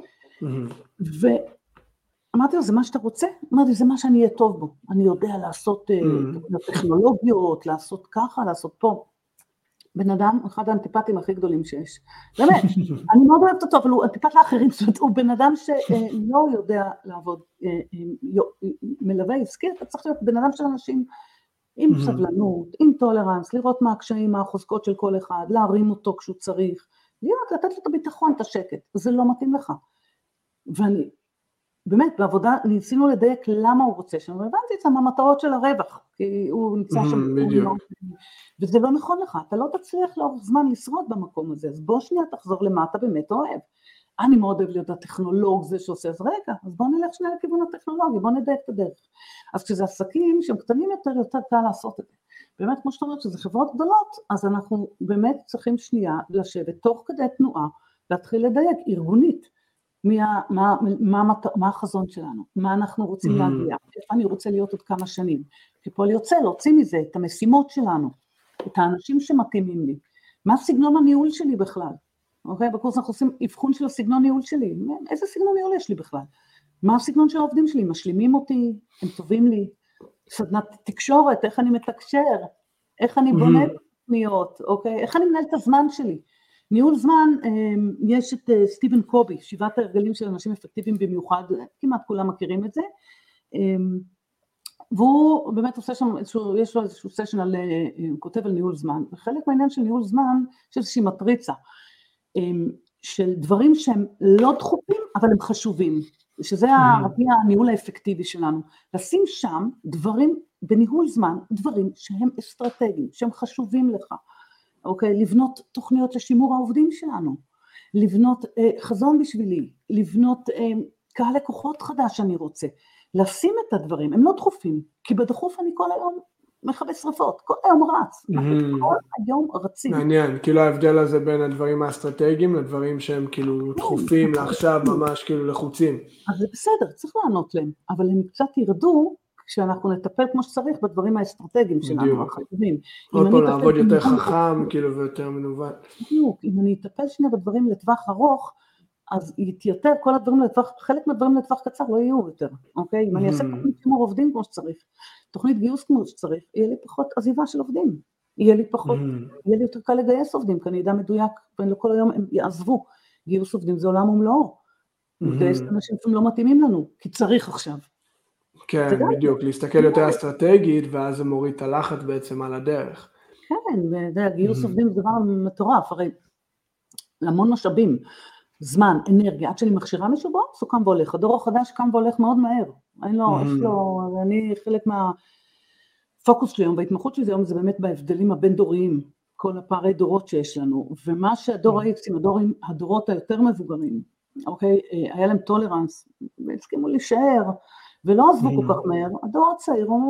ואמרתי לו, זה מה שאתה רוצה? אמרתי, זה מה שאני אהיה טוב בו. אני יודע לעשות טכנולוגיות, לעשות ככה, לעשות פה. בן אדם, אחד האנטיפטים הכי גדולים שיש. באמת, אני מאוד אוהבת אותו, אבל הוא אנטיפט לאחרים, זאת אומרת, הוא בן אדם שלא יודע לעבוד, מלווה עסקי, אתה צריך להיות בן אדם של אנשים עם סבלנות, עם טולרנס, לראות מה הקשיים, מה החוזקות של כל אחד, להרים אותו כשהוא צריך, להיות, לתת לו את הביטחון, את השקט, זה לא מתאים לך. ואני באמת, בעבודה ניסינו לדייק למה הוא רוצה שם, והבנתי את זה מהמטרות של הרווח, כי הוא נמצא שם, בדיוק. וזה לא נכון לך, אתה לא תצליח לאורך זמן לשרוד במקום הזה, אז בוא שנייה תחזור למה אתה באמת אוהב. אני מאוד אוהב להיות הטכנולוג זה שעושה, אז רגע, אז בוא נלך שנייה לכיוון הטכנולוגי, בוא נדייק את הדרך. אז כשזה עסקים שהם קטנים יותר, יותר קל לעשות את זה. באמת, כמו שאתה אומרת, שזה חברות גדולות, אז אנחנו באמת צריכים שנייה לשבת תוך כדי תנועה, להתחיל לדייק ארגונית, מה, מה, מה, מה החזון שלנו, מה אנחנו רוצים mm-hmm. להגיע, איפה אני רוצה להיות עוד כמה שנים, כפועל יוצא להוציא מזה את המשימות שלנו, את האנשים שמתאימים לי, מה סגנון הניהול שלי בכלל, אוקיי? בקורס אנחנו עושים אבחון של הסגנון ניהול שלי, איזה סגנון ניהול יש לי בכלל, מה הסגנון של העובדים שלי, משלימים אותי, הם טובים לי, סדנת תקשורת, איך אני מתקשר, איך אני בונה תוכניות, אוקיי? איך אני מנהל את הזמן שלי, ניהול זמן, יש את סטיבן קובי, שבעת ההרגלים של אנשים אפקטיביים במיוחד, כמעט כולם מכירים את זה, והוא באמת עושה שם, יש לו איזשהו סשן על, הוא כותב על ניהול זמן, וחלק מהעניין של ניהול זמן, יש איזושהי מטריצה, של דברים שהם לא דחופים, אבל הם חשובים, שזה הרבי הניהול האפקטיבי שלנו, לשים שם דברים, בניהול זמן, דברים שהם אסטרטגיים, שהם חשובים לך, אוקיי, לבנות תוכניות לשימור העובדים שלנו, לבנות אה, חזון בשבילי, לבנות אה, קהל לקוחות חדש שאני רוצה, לשים את הדברים, הם לא דחופים, כי בדחוף אני כל היום מכבה שרפות, כל היום רץ, mm-hmm. כל היום רצים. מעניין, כאילו ההבדל הזה בין הדברים האסטרטגיים לדברים שהם כאילו דחופים לעכשיו, ממש כאילו לחוצים. אז זה בסדר, צריך לענות להם, אבל הם קצת ירדו, כשאנחנו נטפל כמו שצריך בדברים האסטרטגיים שלנו, החשובים. עוד פעם לעבוד יותר חכם, כאילו, ויותר מנוון. בדיוק, אם אני אטפל שנייה בדברים לטווח ארוך, אז יתייתר כל הדברים לטווח, חלק מהדברים לטווח קצר לא יהיו יותר, אוקיי? אם אני אעשה תוכנית שימור עובדים כמו שצריך, תוכנית גיוס כמו שצריך, יהיה לי פחות עזיבה של עובדים, יהיה לי פחות, יהיה לי יותר קל לגייס עובדים, כי אני יודע מדויק, ואני לא כל היום הם יעזבו, גיוס עובדים זה עולם ומלואו, לגייס אנשים שהם לא מתאימים לנו, כי צריך עכשיו. כן, בדיוק, להסתכל יותר אסטרטגית, ואז זה מוריד את הלחץ בעצם על הדרך. כן, גיוס עובדים זה דבר מטורף, הרי המון משאבים, זמן, אנרגיה, עד שאני מכשירה מישהו בו, הוא קם והולך, הדור החדש קם והולך מאוד מהר, אני לא, יש לו, אני חלק מהפוקוס שלי היום, וההתמחות שלי היום זה באמת בהבדלים הבין-דוריים, כל הפערי דורות שיש לנו, ומה שהדור ה-X, הדורות היותר מבוגרים, אוקיי, היה להם טולרנס, והסכימו להישאר, ולא עזבו כל כך מהר, הדור הצעיר אומר,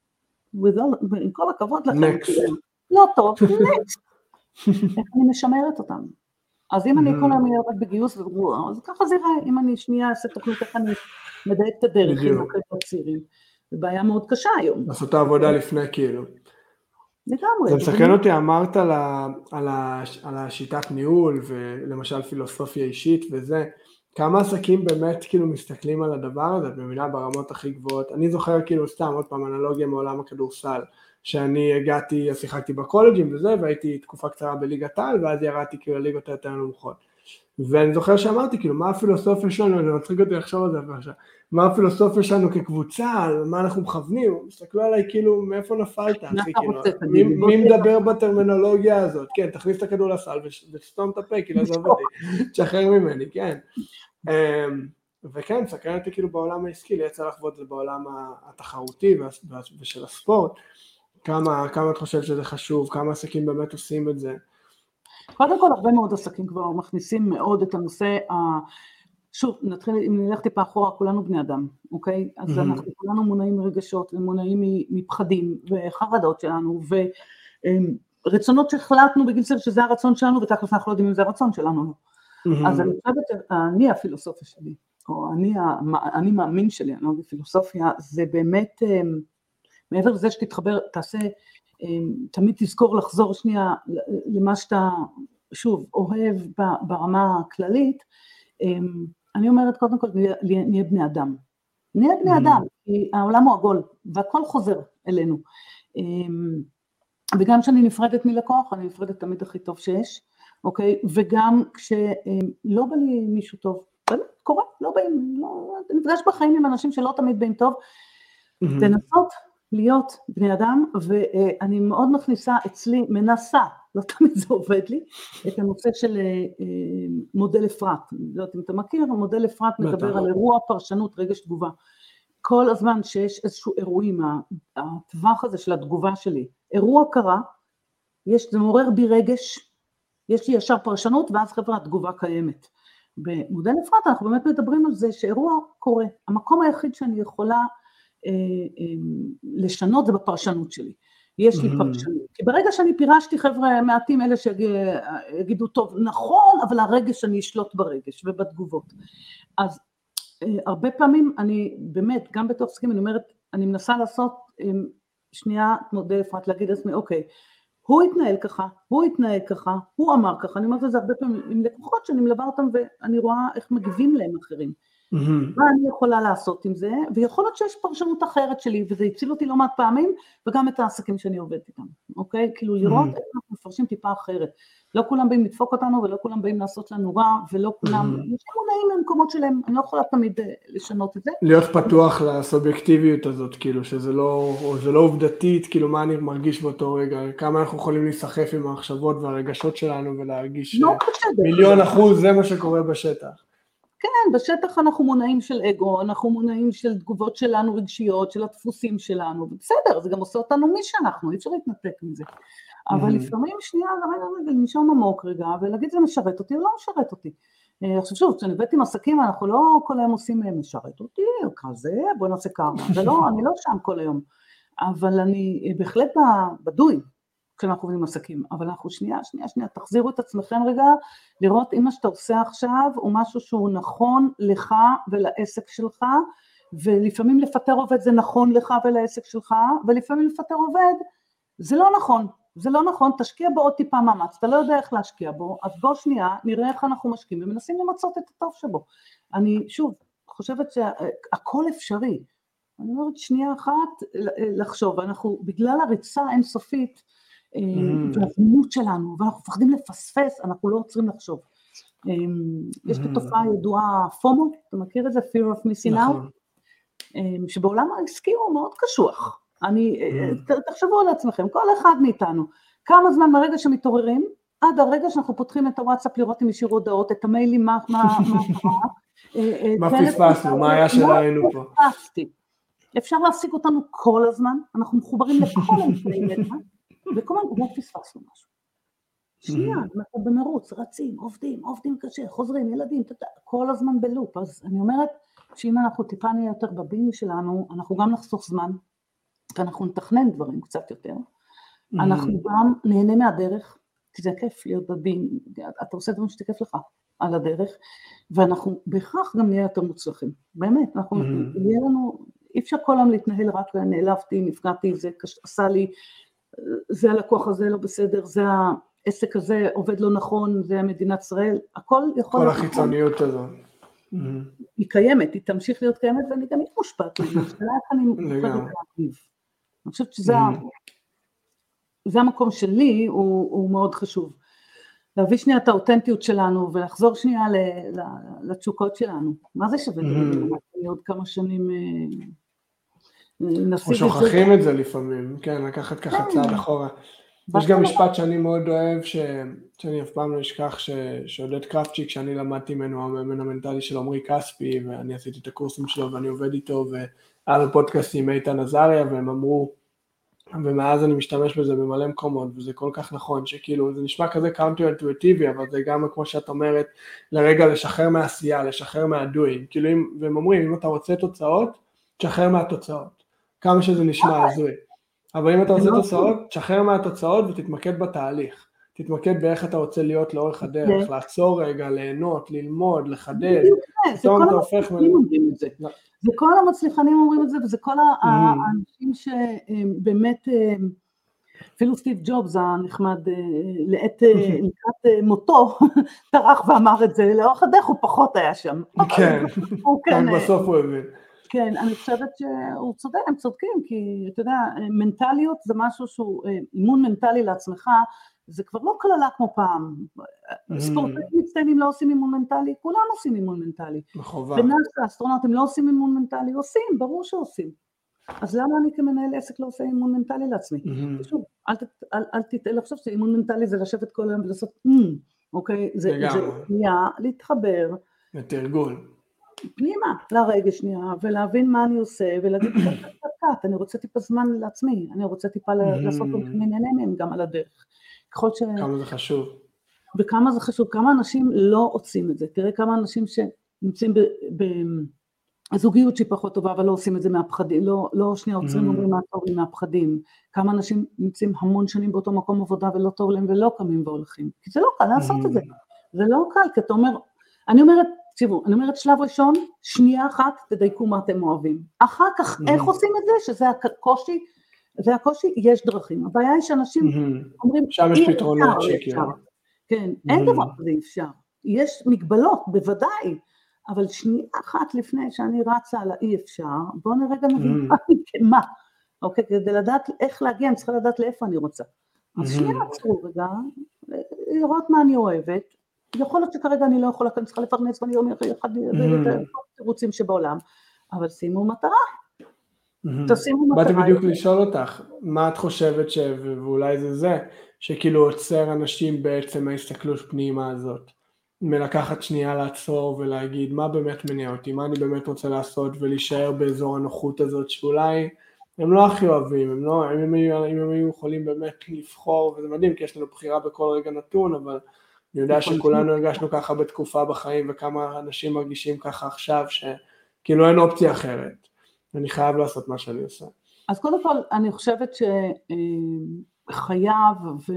עם כל הכבוד לכם, לא טוב, נקסט, איך אני משמרת אותם. אז אם אני כל היום יורד בגיוס וגרוע, אז ככה זה ראה, אם אני שנייה אעשה תוכנית, איך אני מדייק את הדרך עם החבר'ה צעירים, זה בעיה מאוד קשה היום. לעשות העבודה לפני כאילו. לגמרי. זה מסקרן אותי, אמרת על השיטת ניהול, ולמשל פילוסופיה אישית וזה, כמה עסקים באמת כאילו מסתכלים על הדבר הזה, במילה ברמות הכי גבוהות. אני זוכר כאילו סתם, עוד פעם, אנלוגיה מעולם הכדורסל, שאני הגעתי, שיחקתי בקולג'ים וזה, והייתי תקופה קצרה בליגת העל, ואז ירדתי כאילו לליגות יותר נמוכות. ואני זוכר שאמרתי, כאילו, מה הפילוסופיה שלנו, אני מצחיק אותי לחשוב על זה עכשיו, מה הפילוסופיה שלנו כקבוצה, מה אנחנו מכוונים, מסתכלו עליי כאילו, מאיפה נפלת, אחי, כאילו, מי, מי מדבר בטרמינולוגיה הזאת, כן, תכניס את הכדור לסל ושתום את הפה, כאילו, עזוב אותי, תשחרר ממני, כן. וכן, סקרן אותי כאילו בעולם העסקי, לי יצא לחוות זה בעולם התחרותי ושל הספורט, כמה, כמה את חושבת שזה חשוב, כמה עסקים באמת עושים את זה? קודם כל, הרבה מאוד עסקים כבר מכניסים מאוד את הנושא, שוב, נתחיל, אם נלך טיפה אחורה, כולנו בני אדם, אוקיי? אז אנחנו כולנו מונעים מרגשות, ומונעים מפחדים, וחרדות שלנו, ורצונות שהחלטנו בגיל צעיר שזה הרצון שלנו, ותכף אנחנו לא יודעים אם זה הרצון שלנו. אז אני חושבת, אני הפילוסופיה שלי, או אני, אני מאמין שלי, אני לא בפילוסופיה, זה באמת, מעבר לזה שתתחבר, תעשה, תמיד תזכור לחזור שנייה למה שאתה, שוב, אוהב ברמה הכללית, אני אומרת קודם כל, נהיה בני אדם. נהיה בני אדם, כי העולם הוא עגול, והכל חוזר אלינו. וגם כשאני נפרדת מלקוח, אני נפרדת תמיד הכי טוב שיש, אוקיי? וגם כשלא בא לי מישהו טוב, באמת, קורה, לא באים, לא, נפגש בחיים עם אנשים שלא תמיד באים טוב, תנסות להיות בני אדם, ואני מאוד מכניסה אצלי, מנסה לא תמיד זה עובד לי, את הנושא של מודל אפרת. לא יודעת אם אתה מכיר, מודל אפרת מדבר על אירוע, פרשנות, רגש, תגובה. כל הזמן שיש איזשהו אירועים, הטווח הזה של התגובה שלי, אירוע קרה, יש, זה מעורר בי רגש, יש לי ישר פרשנות, ואז חברה התגובה קיימת. במודל אפרת אנחנו באמת מדברים על זה שאירוע קורה. המקום היחיד שאני יכולה אה, אה, לשנות זה בפרשנות שלי. יש לי פרשנות. כי ברגע שאני פירשתי, חבר'ה מעטים אלה שיגידו, טוב, נכון, אבל הרגש אני אשלוט ברגש ובתגובות. אז אה, הרבה פעמים אני באמת, גם בתוך סכים, אני אומרת, אני מנסה לעשות אה, שנייה מודל אפרת, להגיד לעצמי, אוקיי, הוא התנהל ככה, הוא התנהל ככה, הוא אמר ככה, אני אומרת את זה הרבה פעמים עם לקוחות שאני מלווה אותם ואני רואה איך מגיבים להם אחרים. מה אני יכולה לעשות עם זה, ויכול להיות שיש פרשנות אחרת שלי, וזה הציל אותי לא מעט פעמים, וגם את העסקים שאני עובדת איתם, אוקיי? כאילו לראות איך אנחנו מפרשים טיפה אחרת. לא כולם באים לדפוק אותנו, ולא כולם באים לעשות לנו רע, ולא כולם, יש מונעים למקומות שלהם, אני לא יכולה תמיד לשנות את זה. להיות פתוח לסובייקטיביות הזאת, כאילו, שזה לא, או זה לא עובדתית, כאילו, מה אני מרגיש באותו רגע, כמה אנחנו יכולים להיסחף עם המחשבות והרגשות שלנו, ולהרגיש מיליון אחוז, זה מה שקורה בשטח. כן, בשטח אנחנו מונעים של אגו, אנחנו מונעים של תגובות שלנו רגשיות, של הדפוסים שלנו, בסדר, זה גם עושה אותנו מי שאנחנו, אי אפשר להתנתק מזה. אבל לפעמים שנייה, רגע, רגע, נשאר עמוק רגע, ולהגיד זה משרת אותי או לא משרת אותי. עכשיו שוב, כשאני באת עם עסקים, אנחנו לא כל היום עושים משרת אותי, או כזה, בוא נעשה כמה, זה לא, אני לא שם כל היום, אבל אני בהחלט בדוי, כשאנחנו עובדים עסקים, אבל אנחנו שנייה, שנייה, שנייה, תחזירו את עצמכם רגע, לראות אם מה שאתה עושה עכשיו, הוא משהו שהוא נכון לך ולעסק שלך, ולפעמים לפטר עובד זה נכון לך ולעסק שלך, ולפעמים לפטר עובד, זה לא נכון, זה לא נכון, תשקיע בו עוד טיפה מאמץ, אתה לא יודע איך להשקיע בו, אז בוא שנייה, נראה איך אנחנו משקיעים, ומנסים למצות את הטוב שבו. אני שוב, חושבת שהכל אפשרי, אני אומרת שנייה אחת לחשוב, אנחנו בגלל הריצה אינסופית, והזמינות שלנו, ואנחנו מפחדים לפספס, אנחנו לא עוצרים לחשוב. יש את התופעה הידועה פומו, אתה מכיר את זה? Fear of missing out, שבעולם העסקי הוא מאוד קשוח. אני, תחשבו על עצמכם, כל אחד מאיתנו, כמה זמן מהרגע שמתעוררים, עד הרגע שאנחנו פותחים את הוואטסאפ לראות אם ישירו הודעות, את המיילים, מה קרה, מה פספסנו, מה היה שלנו פה. אפשר להשיג אותנו כל הזמן, אנחנו מחוברים לכל אמצעים, וכל הזמן לא פספסנו משהו. שנייה, אנחנו במרוץ, רצים, עובדים, עובדים קשה, חוזרים, ילדים, כל הזמן בלופ. אז אני אומרת שאם אנחנו טיפה נהיה יותר בבינג שלנו, אנחנו גם נחסוך זמן, ואנחנו נתכנן דברים קצת יותר, אנחנו גם נהנה מהדרך, כי זה כיף להיות בבינג, אתה עושה דברים שתכף לך על הדרך, ואנחנו בהכרח גם נהיה יותר מוצלחים. באמת, אנחנו נהיה לנו, אי אפשר כל היום להתנהל רק נעלבתי, נפגעתי, זה עשה לי, זה הלקוח הזה לא בסדר, זה העסק הזה עובד לא נכון, זה מדינת ישראל, הכל יכול... כל החיצוניות הזו. היא קיימת, היא תמשיך להיות קיימת, ואני גם מושפעת, אני מושפעת להגיב. אני חושבת שזה המקום שלי, הוא מאוד חשוב. להביא שנייה את האותנטיות שלנו, ולחזור שנייה לתשוקות שלנו. מה זה שווה? אני עוד כמה שנים... אנחנו שוכחים את זה לפעמים, כן, לקחת ככה צעד אחורה. יש גם משפט שאני מאוד אוהב, שאני אף פעם לא אשכח, שעודד קרפצ'יק, שאני למדתי ממנו, המאמן המנטלי של עמרי כספי, ואני עשיתי את הקורסים שלו, ואני עובד איתו, והיה בפודקאסט עם איתן עזריה, והם אמרו, ומאז אני משתמש בזה במלא מקומות, וזה כל כך נכון, שכאילו, זה נשמע כזה קאונטר-אינטואיטיבי, אבל זה גם כמו שאת אומרת, לרגע לשחרר מהעשייה, לשחרר מהדויים, כאילו, והם אומרים, אם אתה רוצה תוצאות, תשחרר מהתוצאות. כמה שזה נשמע הזוי. אבל אם אתה רוצה תוצאות, תשחרר מהתוצאות ותתמקד בתהליך. תתמקד באיך אתה רוצה להיות לאורך הדרך, לעצור רגע, ליהנות, ללמוד, לחדד. זה כל המצליחנים אומרים את זה. זה כל המצליחנים אומרים את זה, וזה כל האנשים שבאמת, אפילו סטיב ג'ובס הנחמד, לעת לקראת מותו, טרח ואמר את זה, לאורך הדרך הוא פחות היה שם. כן, כן, בסוף הוא הבין. כן, אני חושבת שהוא צודק, הם צודקים, כי אתה יודע, מנטליות זה משהו שהוא, אימון מנטלי לעצמך, זה כבר לא כללה כמו פעם. ספורטאים מצטיינים לא עושים אימון מנטלי, כולם עושים אימון מנטלי. בחובה. בנאס"א, אסטרונאוטים לא עושים אימון מנטלי, עושים, ברור שעושים. אז למה אני כמנהל עסק לא עושה אימון מנטלי לעצמי? ושוב, אל, אל, אל תתאר לחשוב שאימון מנטלי זה לשבת כל היום ולעשות, אוקיי, זה שנייה, להתחבר. לתרגול. פנימה, לרגע שנייה, ולהבין מה אני עושה, ולהגיד קצת, אני רוצה טיפה זמן לעצמי, אני רוצה טיפה לעשות עוד כמה עניינים גם על הדרך. ככל ש... כמה זה חשוב. וכמה זה חשוב, כמה אנשים לא עושים את זה, תראה כמה אנשים שנמצאים בזוגיות שהיא פחות טובה, אבל לא עושים את זה מהפחדים, לא, לא שנייה עוצרים אומרים מה טוב לי מהפחדים, כמה אנשים נמצאים המון שנים באותו מקום עבודה ולא טוב להם ולא קמים והולכים, כי זה לא קל לעשות את זה, זה לא קל, כי אתה אומר, אני אומרת, תראו, אני אומרת שלב ראשון, שנייה אחת, תדייקו מה אתם אוהבים, אחר כך איך עושים את זה, שזה הקושי, זה הקושי, יש דרכים, הבעיה היא שאנשים אומרים, שם יש פתרונות שקר. כן, אין דבר כזה אפשר, יש מגבלות, בוודאי, אבל שנייה אחת לפני שאני רצה על האי אפשר, בואו נרגע נבין מה, אוקיי, כדי לדעת איך להגיע, אני צריכה לדעת לאיפה אני רוצה. אז שנייה עצרו רגע, לראות מה אני אוהבת, יכול להיות שכרגע אני לא יכולה, אני צריכה לפרנס ואני אומר אחד תירוצים שבעולם, אבל שימו מטרה. תשימו מטרה. באתי בדיוק לשאול אותך, מה את חושבת ואולי זה זה, שכאילו עוצר אנשים בעצם ההסתכלות פנימה הזאת, מלקחת שנייה לעצור ולהגיד מה באמת מניע אותי, מה אני באמת רוצה לעשות ולהישאר באזור הנוחות הזאת שאולי הם לא הכי אוהבים, הם לא, אם הם היו, אם הם היו יכולים באמת לבחור, וזה מדהים כי יש לנו בחירה בכל רגע נתון, אבל אני יודע שכולנו הרגשנו ככה בתקופה בחיים וכמה אנשים מרגישים ככה עכשיו שכאילו אין אופציה אחרת, אני חייב לעשות מה שאני עושה. אז קודם כל אני חושבת ש... חייב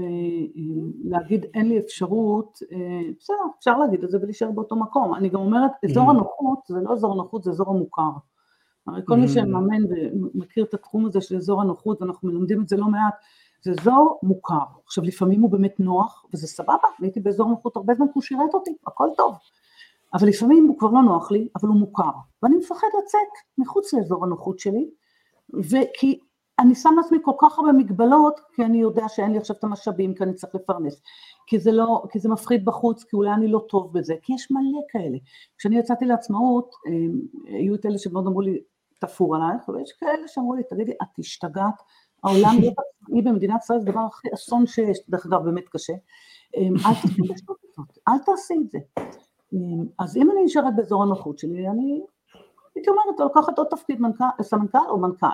ולהגיד אין לי אפשרות, בסדר, אפשר להגיד את זה ולהישאר באותו מקום. אני גם אומרת, אזור הנוחות זה לא אזור הנוחות, זה אזור המוכר. הרי כל מי שמאמן ומכיר את התחום הזה של אזור הנוחות, ואנחנו מלמדים את זה לא מעט, זה אזור מוכר. עכשיו לפעמים הוא באמת נוח, וזה סבבה, הייתי באזור נוחות הרבה זמן, הוא שירת אותי, הכל טוב. אבל לפעמים הוא כבר לא נוח לי, אבל הוא מוכר. ואני מפחד לצאת מחוץ לאזור הנוחות שלי, וכי אני שם לעצמי כל כך הרבה מגבלות, כי אני יודע שאין לי עכשיו את המשאבים, כי אני צריך לפרנס, כי זה לא, כי זה מפחיד בחוץ, כי אולי אני לא טוב בזה, כי יש מלא כאלה. כשאני יצאתי לעצמאות, היו את אלה שמאוד אמרו לי, תפור עלייך, ויש כאלה שאמרו לי, תגידי, את השתגעת, העולם לא עצמאי במדינת ישראל, זה דבר הכי אסון שיש, דרך אגב באמת קשה, אל תעשי את זה, אל תעשי את זה. אז אם אני נשארת באזור הנוחות שלי, אני הייתי אומרת, לקחת עוד תפקיד סמנכ"ל או מנכ"ל.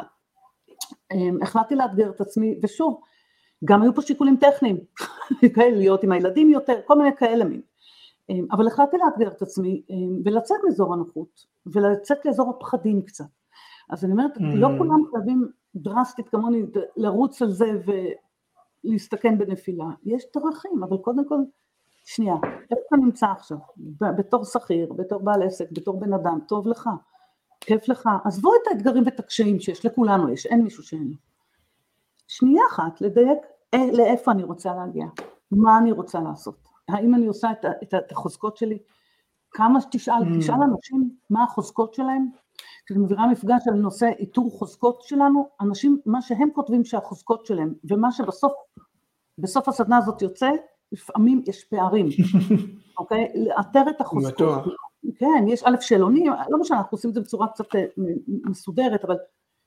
החלטתי לאתגר את עצמי, ושוב, גם היו פה שיקולים טכניים, להיות עם הילדים יותר, כל מיני כאלה מין. אבל החלטתי לאתגר את עצמי, ולצאת מאזור הנוחות, ולצאת לאזור הפחדים קצת. אז אני אומרת, לא כולם חייבים דרסטית כמוני, לרוץ על זה ולהסתכן בנפילה. יש דרכים, אבל קודם כל, שנייה, איפה אתה נמצא עכשיו? בתור שכיר, בתור בעל עסק, בתור בן אדם, טוב לך. כיף לך, עזבו את האתגרים ואת הקשיים שיש, לכולנו יש, אין מישהו שאין לו. שנייה אחת, לדייק אה, לאיפה אני רוצה להגיע, מה אני רוצה לעשות, האם אני עושה את, את, את החוזקות שלי, כמה שתשאל, mm. תשאל אנשים מה החוזקות שלהם, כשאני מביאה מפגש על נושא איתור חוזקות שלנו, אנשים, מה שהם כותבים שהחוזקות שלהם, ומה שבסוף, בסוף הסדנה הזאת יוצא, לפעמים יש פערים, אוקיי? לאתר את החוזקות. כן, יש א' שאלונים, לא משנה, אנחנו עושים את זה בצורה קצת מסודרת, אבל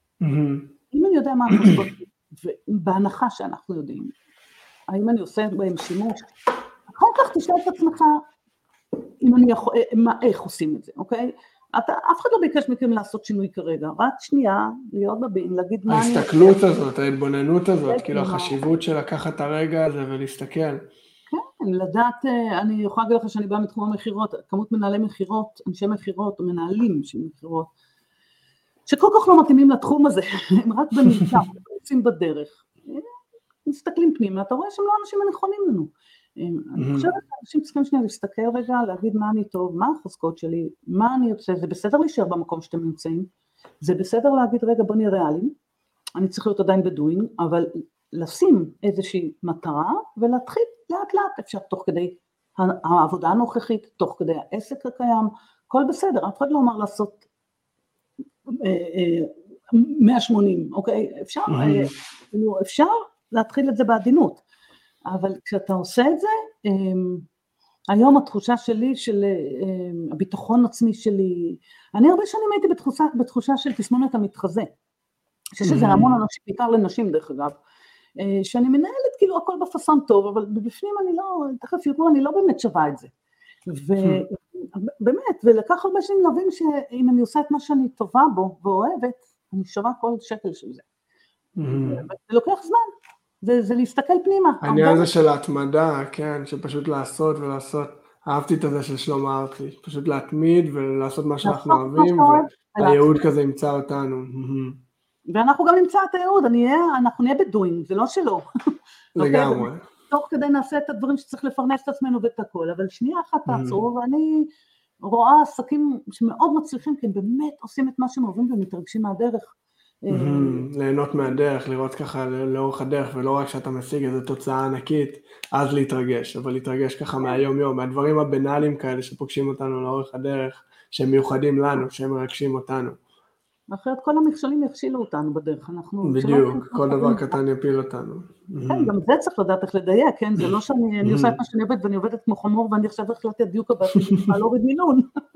אם אני יודע מה החוזקות, ובהנחה שאנחנו יודעים, האם אני עושה בהם שימוש, אחר כך תשאל את עצמך, אם אני יכול, איך עושים את זה, אוקיי? אתה, אף אחד לא ביקש מכם לעשות שינוי כרגע, רק שנייה, להיות בבין, להגיד מה אני... ההסתכלות הזאת, ההתבוננות הזאת, כאילו החשיבות של לקחת את הרגע הזה ולהסתכל. כן, לדעת, אני יכולה להגיד לך שאני באה מתחום המחירות, כמות מנהלי מחירות, אנשי מחירות או מנהלים של מחירות, שכל כך לא מתאימים לתחום הזה, הם רק במלצה, יוצאים בדרך, מסתכלים פנימה, אתה רואה שהם לא אנשים הנכונים לנו. אני חושבת שאנשים צריכים שנייה להסתכל רגע, להגיד מה אני טוב, מה החוזקות שלי, מה אני יוצא, זה בסדר להישאר במקום שאתם נמצאים, זה בסדר להגיד רגע בוא נהיה ריאליים, אני צריך להיות עדיין בדוין, אבל לשים איזושהי מטרה ולהתחיל לאט לאט, אפשר תוך כדי העבודה הנוכחית, תוך כדי העסק הקיים, הכל בסדר, אף אחד לא אמר לעשות מאה ושמונים, אוקיי, אפשר, אפשר להתחיל את זה בעדינות, אבל כשאתה עושה את זה, היום התחושה שלי, של הביטחון עצמי שלי, אני הרבה שנים הייתי בתחושה, בתחושה של תסמונת המתחזה, שזה המון אנשים, בעיקר לנשים דרך אגב, שאני מנהלת כאילו הכל בפסון טוב, אבל בפנים אני לא, תכף יראו, אני לא באמת שווה את זה. ובאמת, ולקח הרבה שנים להבין שאם אני עושה את מה שאני טובה בו ואוהבת, אני שווה כל שקל של זה. זה לוקח זמן, זה להסתכל פנימה. העניין הזה של ההתמדה, כן, שפשוט לעשות ולעשות, אהבתי את הזה של שלמה ארצי, פשוט להתמיד ולעשות מה שאנחנו אוהבים, והייעוד כזה ימצא אותנו. ואנחנו גם נמצא את הייעוד, אנחנו נהיה בדויים, זה לא שלא. לגמרי. תוך כדי נעשה את הדברים שצריך לפרנס את עצמנו ואת הכל, אבל שנייה אחת תעצרו, ואני רואה עסקים שמאוד מצליחים, כי הם באמת עושים את מה שהם אוהבים ומתרגשים מהדרך. ליהנות מהדרך, לראות ככה לאורך הדרך, ולא רק שאתה משיג איזו תוצאה ענקית, אז להתרגש, אבל להתרגש ככה מהיום יום, מהדברים הבנאליים כאלה שפוגשים אותנו לאורך הדרך, שהם מיוחדים לנו, שהם מרגשים אותנו. אחרת כל המכשולים יכשילו אותנו בדרך, אנחנו... בדיוק, כל דבר קטן יפיל אותנו. כן, גם זה צריך לדעת איך לדייק, כן? זה לא שאני עושה את מה שאני עובדת, ואני עובדת כמו חמור, ואני עכשיו החלטתי דיוק הבא, שאני צריכה להוריד מינון.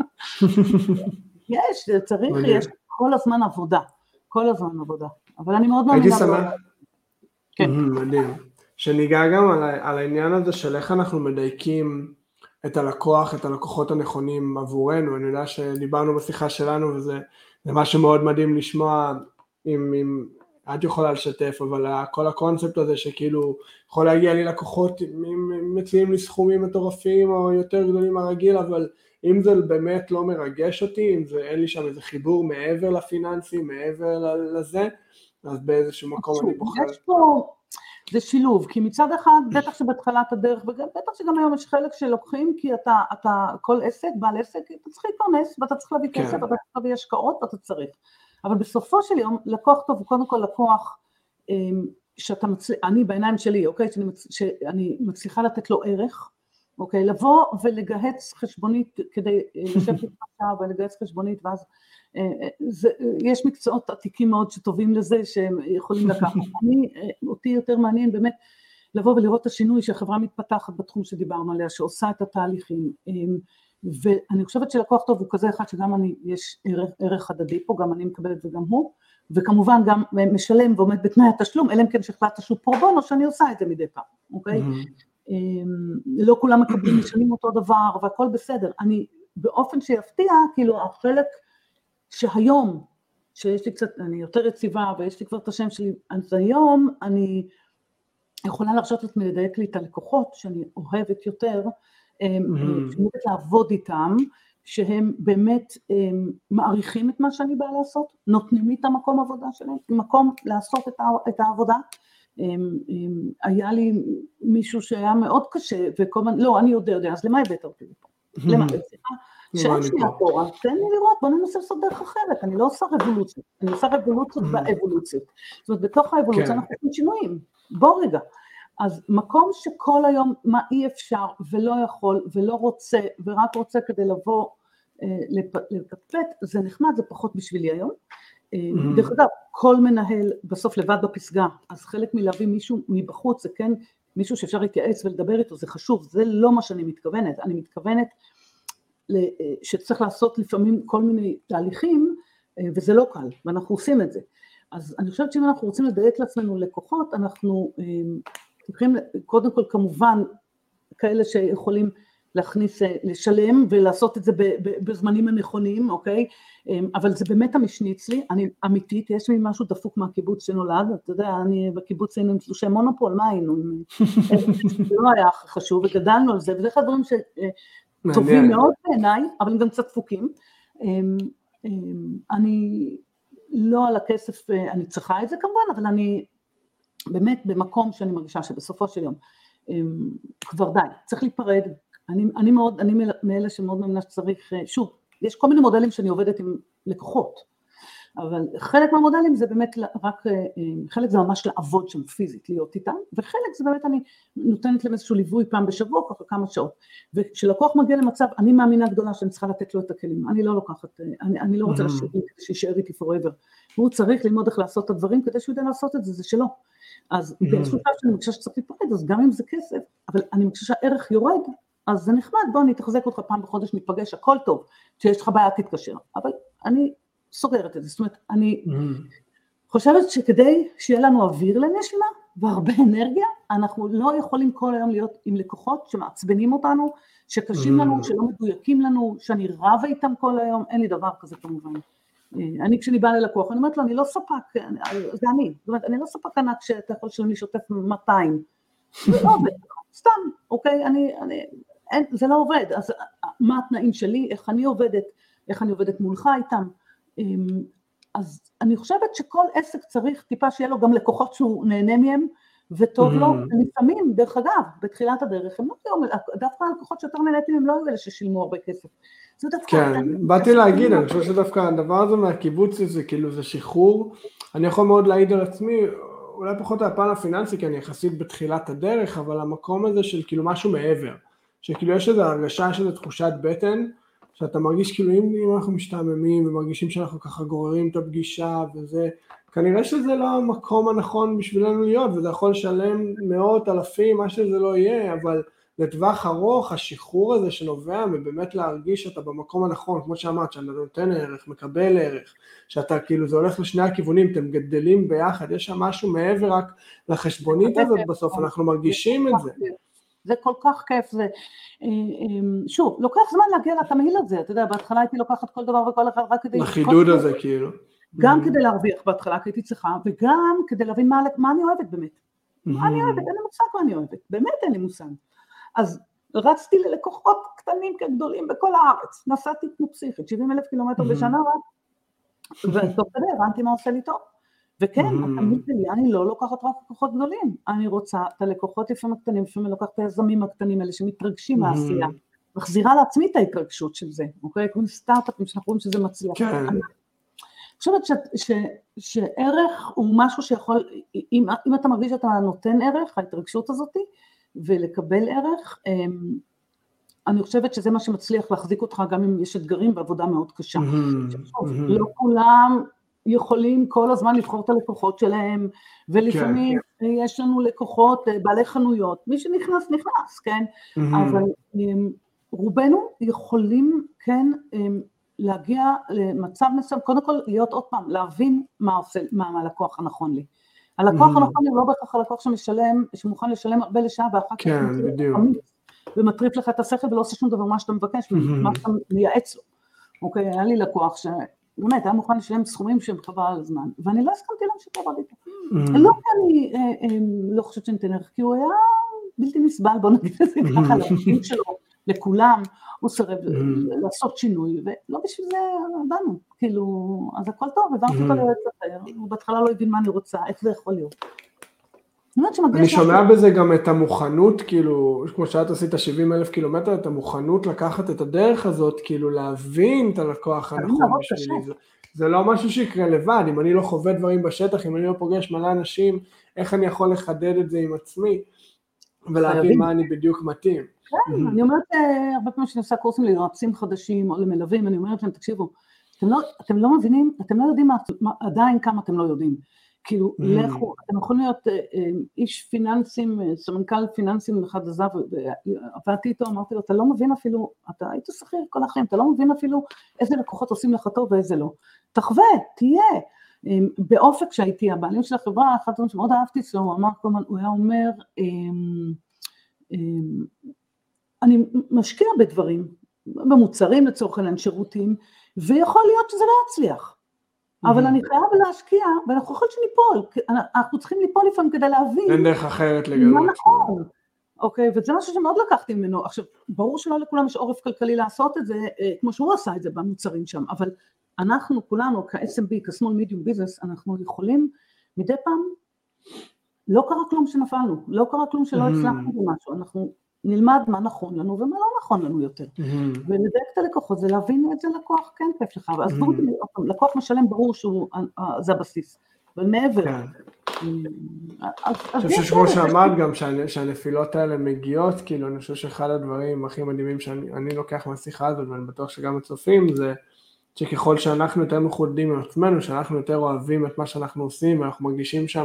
יש, צריך, יש כל הזמן עבודה, כל הזמן עבודה, אבל אני מאוד מאמינה... הייתי שמח. כן. מדהים. שניגע גם על העניין הזה של איך אנחנו מדייקים את הלקוח, את הלקוחות הנכונים עבורנו. אני יודע שדיברנו בשיחה שלנו, וזה זה משהו מאוד מדהים לשמוע, אם, אם את יכולה לשתף, אבל כל הקונספט הזה שכאילו יכול להגיע לי לקוחות, אם מציעים לי סכומים מטורפים או יותר גדולים מהרגיל, אבל אם זה באמת לא מרגש אותי, אם זה, אין לי שם איזה חיבור מעבר לפיננסי, מעבר לזה, אז באיזשהו מקום אני בוחר. יש פה, זה שילוב, כי מצד אחד, בטח שבתחילת הדרך, ובטח שגם היום יש חלק שלוקחים, כי אתה, אתה, כל עסק, בעל עסק, אתה צריך להתפרנס, ואתה צריך להביא כסף, ואתה צריך להביא השקעות, ואתה צריך. אבל בסופו של יום, לקוח טוב הוא קודם כל לקוח, שאתה מצליח, אני בעיניים שלי, אוקיי, שאני, מצ... שאני מצליחה לתת לו ערך, אוקיי, לבוא ולגהץ חשבונית, כדי לשבת לפתחה ולגהץ חשבונית, ואז זה, יש מקצועות עתיקים מאוד שטובים לזה, שהם יכולים לקחת. אני, אותי יותר מעניין באמת, לבוא ולראות את השינוי שהחברה מתפתחת בתחום שדיברנו עליה, שעושה את התהליכים, ואני חושבת שלקוח טוב הוא כזה אחד שגם אני, יש ערך, ערך הדדי פה, גם אני מקבלת וגם הוא, וכמובן גם משלם ועומד בתנאי התשלום, אלא אם כן שהחלטת שהוא פרובון, או שאני עושה את זה מדי פעם, אוקיי? לא כולם מקבלים, משלמים אותו דבר, והכל בסדר. אני, באופן שיפתיע, כאילו החלק שהיום, שיש לי קצת, אני יותר יציבה, ויש לי כבר את השם שלי, אז היום אני יכולה להרשות את מלדייק לי את הלקוחות, שאני אוהבת יותר, שמודת לעבוד איתם, שהם באמת מעריכים את מה שאני באה לעשות, נותנים לי את המקום עבודה שלהם, מקום לעשות את העבודה. היה לי מישהו שהיה מאוד קשה, וכל הזמן, לא, אני יודע, יודע, אז למה הבאת אותי לפה? למה? שאין שנייה פה, אז תן לי לראות, בוא ננסה לעשות דרך אחרת, אני לא עושה רבולוציות, אני עושה רבולוציות באבולוציות, זאת אומרת, בתוך האבולוציה אנחנו עושים שינויים, בוא רגע, אז מקום שכל היום מה אי אפשר ולא יכול ולא רוצה ורק רוצה כדי לבוא לפטפט, זה נחמד, זה פחות בשבילי היום. דרך אגב, כל מנהל בסוף לבד בפסגה, אז חלק מלהביא מישהו מבחוץ, זה כן מישהו שאפשר להתייעץ ולדבר איתו, זה חשוב, זה לא מה שאני מתכוונת, אני מתכוונת שצריך לעשות לפעמים כל מיני תהליכים, וזה לא קל, ואנחנו עושים את זה. אז אני חושבת שאם אנחנו רוצים לדייק לעצמנו לקוחות, אנחנו צריכים קודם כל כמובן כאלה שיכולים להכניס, לשלם ולעשות את זה בזמנים הנכונים, אוקיי? אבל זה באמת המשני אצלי, אני אמיתית, יש לי משהו דפוק מהקיבוץ שנולד, אתה יודע, אני בקיבוץ היינו עם תלושי מונופול, מה היינו? זה לא היה חשוב, וגדלנו על זה, וזה אחד הדברים שטובים מאוד בעיניי, אבל הם גם קצת דפוקים. אני לא על הכסף, אני צריכה את זה כמובן, אבל אני באמת במקום שאני מרגישה שבסופו של יום, כבר די, צריך להיפרד, אני, אני מאוד, אני מאלה שמאוד מאמינה שצריך, שוב, יש כל מיני מודלים שאני עובדת עם לקוחות, אבל חלק מהמודלים זה באמת רק, חלק זה ממש לעבוד שם פיזית, להיות איתם, וחלק זה באמת אני נותנת להם איזשהו ליווי פעם בשבוע, ככה כמה שעות, וכשלקוח מגיע למצב, אני מאמינה גדולה שאני צריכה לתת לו את הכלים, אני לא לוקחת, אני, אני לא רוצה שישאר איתי forever, הוא צריך ללמוד איך לעשות את הדברים, כדי שהוא יודע לעשות את זה, זה שלו, אז באיזשהו פעם שאני מרגישה שצריך להתפרד, אז גם אם זה כסף, אבל אני מרגישה שהערך יורד, אז זה נחמד, בוא אני אתחזק אותך פעם בחודש, נתפגש, הכל טוב, שיש לך בעיה תתקשר, אבל אני סוגרת את זה, זאת אומרת, אני חושבת שכדי שיהיה לנו אוויר לנשימה והרבה אנרגיה, אנחנו לא יכולים כל היום להיות עם לקוחות שמעצבנים אותנו, שקשים לנו, שלא מדויקים לנו, שאני רבה איתם כל היום, אין לי דבר כזה כמובן. אני כשאני באה ללקוח, אני אומרת לו, אני לא ספק, זה אני, זאת אומרת, אני לא ספק ענק שאתה יכול לשלם לי שוטף מאתיים, זה לא עובד, סתם, אוקיי, אני, אני, אין, זה לא עובד, אז מה התנאים שלי, איך אני עובדת, איך אני עובדת מולך איתם, אז אני חושבת שכל עסק צריך טיפה שיהיה לו גם לקוחות שהוא נהנה מהם, וטוב לו, לפעמים, דרך אגב, בתחילת הדרך, הם לא היו, דווקא הלקוחות שיותר נהניתי, הם לא היו אלה ששילמו הרבה כסף. כן, באתי להגיד, אני חושב שדווקא הדבר הזה מהקיבוץ הזה, כאילו זה שחרור, אני יכול מאוד להעיד על עצמי, אולי פחות הפן הפיננסי, כי אני יחסית בתחילת הדרך, אבל המקום הזה של כאילו משהו מעבר, שכאילו יש איזו הרגשה, יש איזו תחושת בטן, שאתה מרגיש כאילו אם אנחנו משתעממים, ומרגישים שאנחנו ככה גוררים את הפגישה וזה, כנראה שזה לא המקום הנכון בשבילנו להיות, וזה יכול לשלם מאות אלפים, מה שזה לא יהיה, אבל לטווח ארוך, השחרור הזה שנובע, ובאמת להרגיש שאתה במקום הנכון, כמו שאמרת, שאתה נותן ערך, מקבל ערך, שאתה כאילו, זה הולך לשני הכיוונים, אתם גדלים ביחד, יש שם משהו מעבר רק לחשבונית הזאת בסוף, אנחנו מרגישים את זה. זה כל כך כיף, זה, שוב, לוקח זמן להגיע לתמהיל הזה, אתה יודע, בהתחלה הייתי לוקחת כל דבר וכל אחד רק כדי... לחידוד הזה כאילו. גם כדי להרוויח בהתחלה, כי הייתי צריכה, וגם כדי להבין מה, מה אני אוהבת באמת. מה אני אוהבת, אין לי מושג מה אני אוהבת, באמת אין לי מושג. אז רצתי ללקוחות קטנים כגדולים בכל הארץ, נסעתי כמו פסיכית, שבעים אלף קילומטר בשנה רק, ותוך כדי הבנתי מה עושה לי טוב. וכן, התמיד שלי, אני לא לוקחת רק לקוחות גדולים, אני רוצה את הלקוחות לפעמים הקטנים, לפעמים לוקחת את היזמים הקטנים האלה שמתרגשים מהעשייה, מחזירה לעצמי את ההתרגשות של זה, אוקיי? כמו סטארט-אפים שאנחנו רואים שזה מצליח. אני חושבת שערך הוא משהו שיכול, אם אתה מרגיש שאתה נותן ערך, ההתרגשות הזאת, ולקבל ערך, אני חושבת שזה מה שמצליח להחזיק אותך, גם אם יש אתגרים בעבודה מאוד קשה. לא כולם יכולים כל הזמן לבחור את הלקוחות שלהם, ולפעמים יש לנו לקוחות, בעלי חנויות, מי שנכנס, נכנס, כן? אבל רובנו יכולים, כן, להגיע למצב מסוים, קודם כל להיות עוד פעם, להבין מה עושה, מה הלקוח הנכון לי. הלקוח הנכון לי הוא לא בהכרח הלקוח שמשלם, שמוכן לשלם הרבה לשעה, ואחר כך ומטריף לך את השכל ולא עושה שום דבר מה שאתה מבקש, מה שאתה מייעץ לו. אוקיי, היה לי לקוח שבאמת היה מוכן לשלם סכומים שהם חבל על הזמן, ואני לא הסכמתי להמשיך לעבוד איתו. לא כי אני לא חושבת שנתן ערך, כי הוא היה בלתי נסבל, בוא נגיד את זה ככה, לעובדים שלו, לכולם, הוא סרב לעשות שינוי, ולא בשביל זה באנו, כאילו, אז הכל טוב, הבנתי אותו ליועץ אחר, הוא בהתחלה לא הבין מה אני רוצה, איך זה יכול להיות. אני שומע בזה גם את המוכנות, כאילו, כמו שאת עשית שבעים אלף קילומטר, את המוכנות לקחת את הדרך הזאת, כאילו להבין את הלקוח הנכון בשבילי. זה לא משהו שיקרה לבד, אם אני לא חווה דברים בשטח, אם אני לא פוגש מלא אנשים, איך אני יכול לחדד את זה עם עצמי, ולהבין מה אני בדיוק מתאים. כן, אני אומרת, הרבה פעמים שאני עושה קורסים ליועצים חדשים או למלווים, אני אומרת להם, תקשיבו, אתם לא מבינים, אתם לא יודעים עדיין כמה אתם לא יודעים. כאילו, לכו, אתם יכולים להיות איש פיננסים, סמנכ"ל פיננסים, אחד עזב, ועבדתי איתו, אמרתי לו, אתה לא מבין אפילו, אתה היית שכיר כל החיים, אתה לא מבין אפילו איזה לקוחות עושים לך טוב ואיזה לא. תחווה, תהיה. באופק שהייתי, הבעלים של החברה, אחד הדברים שמאוד אהבתי אצלו, הוא אמר כל הזמן, הוא היה אומר, אני משקיע בדברים, במוצרים לצורך העניין, שירותים, ויכול להיות שזה לא יצליח. אבל אני חייב להשקיע, ואנחנו יכולים שניפול, אנחנו צריכים ליפול לפעמים כדי להבין. אין דרך אחרת לגלות. מה נכון. אוקיי, וזה משהו שמאוד לקחתי ממנו. עכשיו, ברור שלא לכולם יש עורף כלכלי לעשות את זה, כמו שהוא עשה את זה במוצרים שם, אבל אנחנו כולנו, כ-אס אם בי, כ-Small Medium Business, אנחנו יכולים מדי פעם, לא קרה כלום שנפלנו, לא קרה כלום שלא הצלחנו במשהו, אנחנו נלמד מה נכון לנו ומה לא נכון לנו יותר. ולדייק את הלקוחות, זה להבין את זה לקוח, כן כיף לך, ואז לקוח משלם ברור שזה הבסיס, אבל מעבר. אני חושב שכמו שאמרת גם שהנפילות האלה מגיעות, כאילו אני חושב שאחד הדברים הכי מדהימים שאני לוקח מהשיחה הזאת, ואני בטוח שגם הצופים, זה שככל שאנחנו יותר מחודדים עם עצמנו, שאנחנו יותר אוהבים את מה שאנחנו עושים, ואנחנו מרגישים שם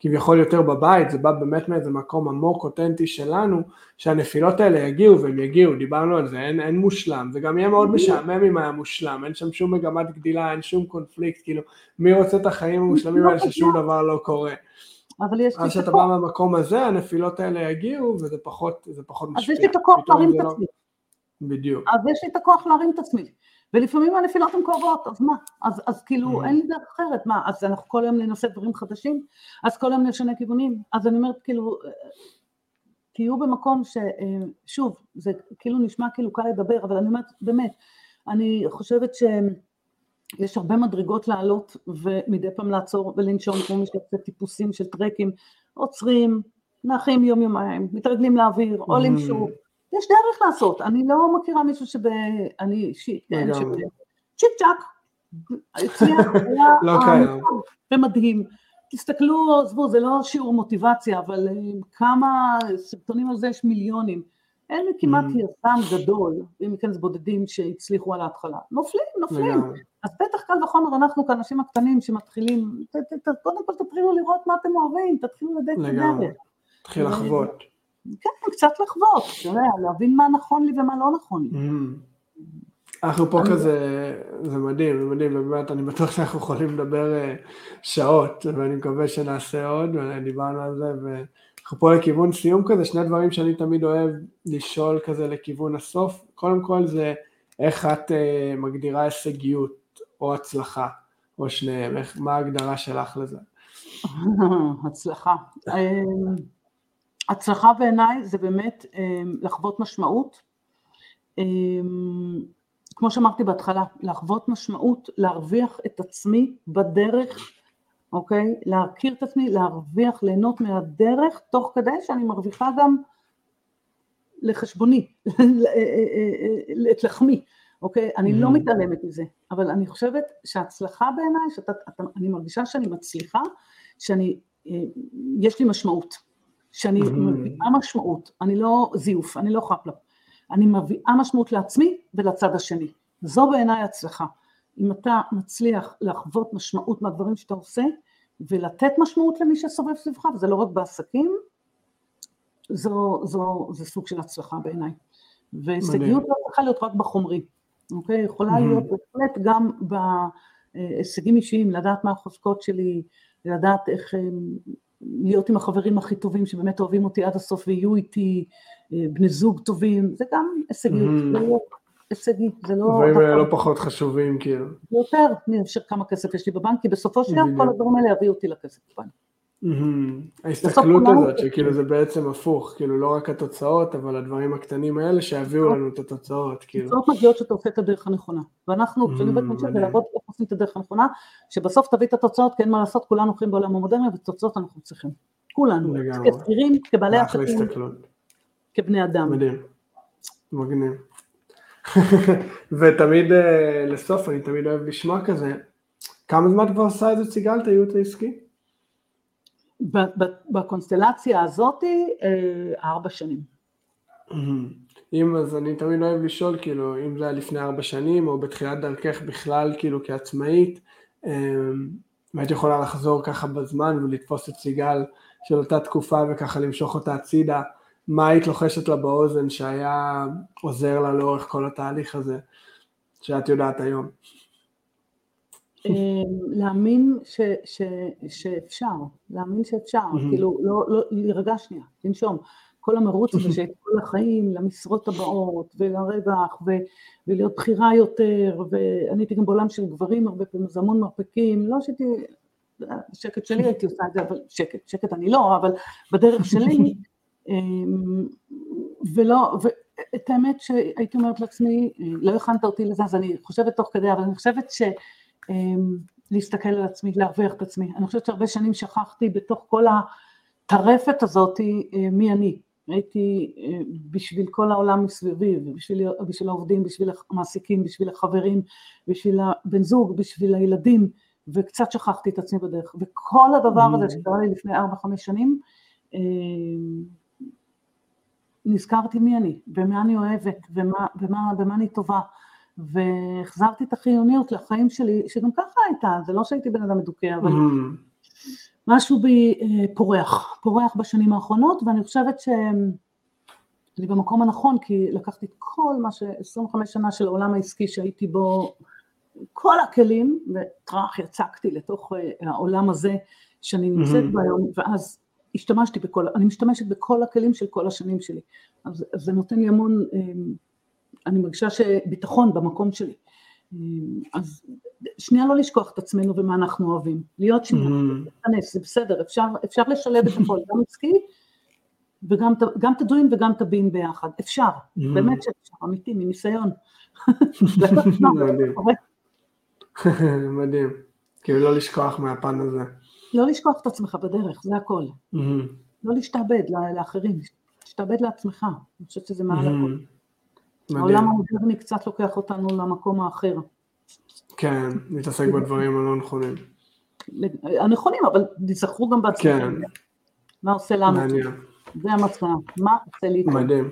כביכול יותר בבית, זה בא באמת מאיזה מקום עמוק, אותנטי שלנו, שהנפילות האלה יגיעו והם יגיעו, דיברנו על זה, אין, אין מושלם, זה גם יהיה מאוד משעמם אם היה מושלם, אין שם שום מגמת גדילה, אין שום קונפליקט, כאילו, מי רוצה את החיים המושלמים האלה ששום דבר לא קורה. אבל יש לי אז שאתה בא מהמקום הזה, הנפילות האלה יגיעו, וזה פחות, זה פחות משפיע. אז יש לי את הכוח להרים את עצמי. בדיוק. אז יש לי את הכוח להרים את עצמי. ולפעמים הנפילות הן קרובות, אז מה? אז, אז כאילו, אין לי דרך אחרת, מה? אז אנחנו כל היום ננסה דברים חדשים, אז כל היום נשנה כיוונים, אז אני אומרת, כאילו, תהיו במקום ש, שוב, זה כאילו נשמע כאילו קל לדבר, אבל אני אומרת, באמת, אני חושבת שיש הרבה מדרגות לעלות, ומדי פעם לעצור ולנשום, כמו מי שעושה טיפוסים של טרקים, עוצרים, נחים יום יומיים, מתרגלים לאוויר, עולים שוב, יש דרך לעשות, אני לא מכירה מישהו שב... אני אישית, כן, שצ'יק צ'ק, הצליח, לא קיים. ומדהים. תסתכלו, עזבו, זה לא שיעור מוטיבציה, אבל כמה סרטונים על זה יש מיליונים. אין לי כמעט יזם גדול, אם כן זה בודדים שהצליחו על ההתחלה. נופלים, נופלים. אז בטח קל וחומר, אנחנו כאנשים הקטנים שמתחילים, קודם כל תתחילו לראות מה אתם אוהבים, תתחילו לדעת את הדרך. תתחיל לחוות. כן, קצת לחוות, תראה, להבין מה נכון לי ומה לא נכון לי. אנחנו פה כזה, זה מדהים, זה מדהים, ובאמת אני בטוח שאנחנו יכולים לדבר שעות, ואני מקווה שנעשה עוד, ודיברנו על זה, ואנחנו פה לכיוון סיום כזה, שני דברים שאני תמיד אוהב לשאול כזה לכיוון הסוף, קודם כל זה איך את מגדירה הישגיות או הצלחה, או שניהם, מה ההגדרה שלך לזה? הצלחה. הצלחה בעיניי זה באמת לחוות משמעות, כמו שאמרתי בהתחלה, לחוות משמעות, להרוויח את עצמי בדרך, אוקיי? להכיר את עצמי, להרוויח, ליהנות מהדרך, תוך כדי שאני מרוויחה גם לחשבוני, את לחמי, אוקיי? אני לא מתעלמת מזה, אבל אני חושבת שההצלחה בעיניי, שאני מרגישה שאני מצליחה, שאני, יש לי משמעות. שאני מביאה משמעות, אני לא זיוף, אני לא חפלה, אני מביאה משמעות לעצמי ולצד השני. זו בעיניי הצלחה. אם אתה מצליח לחוות משמעות מהדברים שאתה עושה, ולתת משמעות למי שסובב סביבך, וזה לא רק בעסקים, זו, זו, זה סוג של הצלחה בעיניי. והישגיות לא צריכה להיות רק בחומרי, אוקיי? יכולה להיות בהחלט גם בהישגים אישיים, לדעת מה החוזקות שלי, לדעת איך להיות עם החברים הכי טובים שבאמת אוהבים אותי עד הסוף ויהיו איתי, בני זוג טובים, זה גם הישגיות, זה לא הישגי, זה לא... דברים האלה לא פחות חשובים כאילו. יותר, אני חושב כמה כסף יש לי בבנק, כי בסופו של יום כל הדברים האלה יביאו אותי לכסף בבנק. ההסתכלות הזאת שכאילו זה בעצם הפוך, כאילו לא רק התוצאות, אבל הדברים הקטנים האלה שיביאו לנו את התוצאות. התוצאות מגיעות שאתה עושה את הדרך הנכונה, ואנחנו כשאני בית ממשל ולעבוד איך עושים את הדרך הנכונה, שבסוף תביא את התוצאות, כי אין מה לעשות, כולנו חיים בעולם המודרני, ותוצאות אנחנו צריכים, כולנו, כספירים, כבעלי עסקים, כבני אדם. מדהים, מגניב. ותמיד לסוף, אני תמיד אוהב לשמוע כזה, כמה זמן כבר עושה את זה סיגל, את הייעוץ העסקי? בקונסטלציה הזאת, ארבע שנים. אם אז אני תמיד אוהב לשאול, כאילו, אם זה היה לפני ארבע שנים, או בתחילת דרכך בכלל, כאילו, כעצמאית, והיית יכולה לחזור ככה בזמן, ולתפוס את סיגל של אותה תקופה, וככה למשוך אותה הצידה, מה היית לוחשת לה באוזן, שהיה עוזר לה לאורך כל התהליך הזה, שאת יודעת היום? להאמין ש, ש, שאפשר, להאמין שאפשר, כאילו, לא, לא, להירגע שנייה, לנשום, כל המרוץ הזה שהייתי כל החיים, למשרות הבאות, ולרווח, ו, ולהיות בחירה יותר, ואני הייתי גם בעולם של גברים, הרבה פעמים, זה המון מרפקים, לא שהייתי, שקט שלי הייתי עושה את זה, אבל שקט, שקט אני לא, אבל בדרך שלי, ולא, ואת האמת שהייתי אומרת לעצמי, לא הכנת אותי לזה, אז אני חושבת תוך כדי, אבל אני חושבת ש... להסתכל על עצמי, להרוויח את עצמי. אני חושבת שהרבה שנים שכחתי בתוך כל הטרפת הזאת מי אני. הייתי בשביל כל העולם מסביבי, בשביל, בשביל העובדים, בשביל המעסיקים, בשביל החברים, בשביל הבן זוג, בשביל הילדים, וקצת שכחתי את עצמי בדרך. וכל הדבר הזה שקרה לי לפני ארבע, חמש שנים, נזכרתי מי אני, ומה אני אוהבת, ומה, ומה, ומה אני טובה. והחזרתי את החיוניות לחיים שלי, שגם ככה הייתה, זה לא שהייתי בן אדם מדוכא, אבל משהו בי פורח, פורח בשנים האחרונות, ואני חושבת שאני במקום הנכון, כי לקחתי את כל מה ש-עשרים וחמש שנה של העולם העסקי שהייתי בו, כל הכלים, וטרח יצקתי לתוך העולם הזה שאני נמצאת בו היום, ואז השתמשתי בכל, אני משתמשת בכל הכלים של כל השנים שלי, אז זה נותן לי המון, אני מרגישה שביטחון במקום שלי, אז שנייה לא לשכוח את עצמנו ומה אנחנו אוהבים, להיות שנייה, זה בסדר, אפשר, אפשר לשלב את הכל, גם עסקי, וגם גם את הדויים וגם את הבין ביחד, אפשר, באמת שאפשר, אמיתי, מניסיון. מדהים, מדהים, כאילו לא לשכוח מהפן הזה. לא לשכוח את עצמך בדרך, זה הכל. לא להשתעבד לאחרים, להשתעבד לעצמך, אני חושבת שזה מעל הכל. העולם המודרני קצת לוקח אותנו למקום האחר. כן, נתעסק בדברים הלא נכונים. הנכונים, אבל תזכרו גם בעצמכם. מה עושה לנו? זה המסקנה, מה עושה לי? מדהים,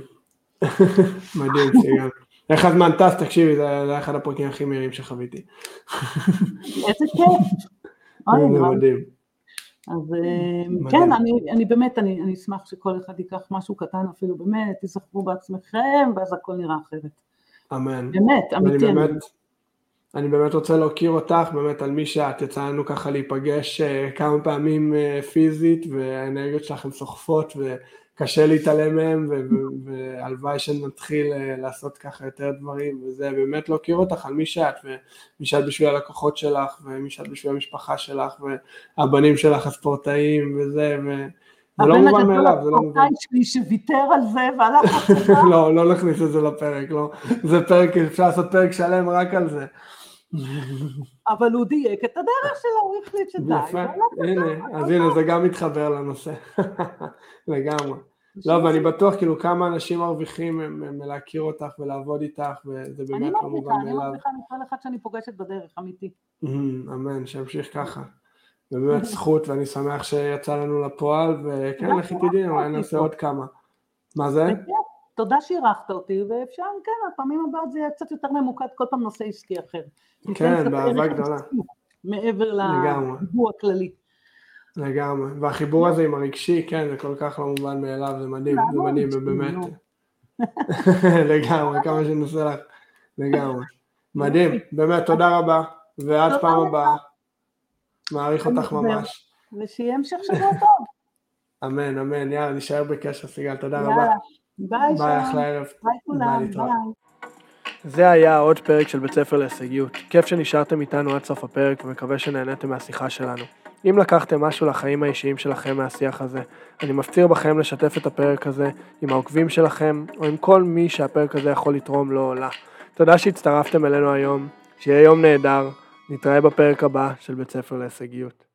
מדהים, סיגל. איך הזמן טס, תקשיבי, זה היה אחד הפרקים הכי מהירים שחוויתי. איזה כיף. זה מדהים. אז כן, אני באמת, אני אשמח שכל אחד ייקח משהו קטן אפילו, באמת, תזכרו בעצמכם, ואז הכל נראה אחרת. אמן. באמת, אמיתי. אני באמת רוצה להוקיר אותך, באמת על מי שאת, יצא לנו ככה להיפגש כמה פעמים פיזית, והאנרגיות שלכם סוחפות, וקשה להתעלם מהם, והלוואי שנתחיל לעשות ככה יותר דברים, וזה באמת להוקיר אותך על מי שאת, ומי שאת בשביל הלקוחות שלך, ומי שאת בשביל המשפחה שלך, והבנים שלך הספורטאים, וזה, זה לא מובן מאליו, זה לא מובן. הבן שלי שוויתר על זה, והלך הצבא. לא, לא נכניס את זה לפרק, לא. זה פרק, אפשר לעשות פרק שלם רק על זה. אבל הוא דייק את הדרך שלו, הוא החליט שדי. יפה, הנה, אז הנה, זה גם מתחבר לנושא. לגמרי. לא, ואני בטוח, כאילו, כמה אנשים מרוויחים מלהכיר אותך ולעבוד איתך, וזה באמת לא מובן מאליו. אני מרוויחה מכל אחד שאני פוגשת בדרך, אמיתי. אמן, שימשיך ככה. זה באמת זכות, ואני שמח שיצא לנו לפועל, וכן, לכי תדעי, אולי נעשה עוד כמה. מה זה? תודה שהירחת אותי, ואפשר, כן, הפעמים הבאות זה יהיה קצת יותר ממוקד, כל פעם נושא עסקי אחר. כן, באהבה גדולה. מעבר לחיבור הכללי. לגמרי, והחיבור הזה עם הרגשי, כן, זה כל כך לא מובן מאליו, זה מדהים, זה מדהים, ובאמת. לגמרי, כמה שנושא לך, לגמרי. מדהים, באמת, תודה רבה, ועד פעם הבאה. מעריך אותך ממש. ושיהיה המשך שבוע טוב. אמן, אמן, יאללה, נשאר בקשר, סיגל, תודה רבה. ביי, ביי, אחלה ערב. ביי כולם, ביי. זה היה עוד פרק של בית ספר להישגיות. כיף שנשארתם איתנו עד סוף הפרק, ומקווה שנהנתם מהשיחה שלנו. אם לקחתם משהו לחיים האישיים שלכם מהשיח הזה, אני מפציר בכם לשתף את הפרק הזה עם העוקבים שלכם, או עם כל מי שהפרק הזה יכול לתרום לו או לה. תודה שהצטרפתם אלינו היום, שיהיה יום נהדר, נתראה בפרק הבא של בית ספר להישגיות.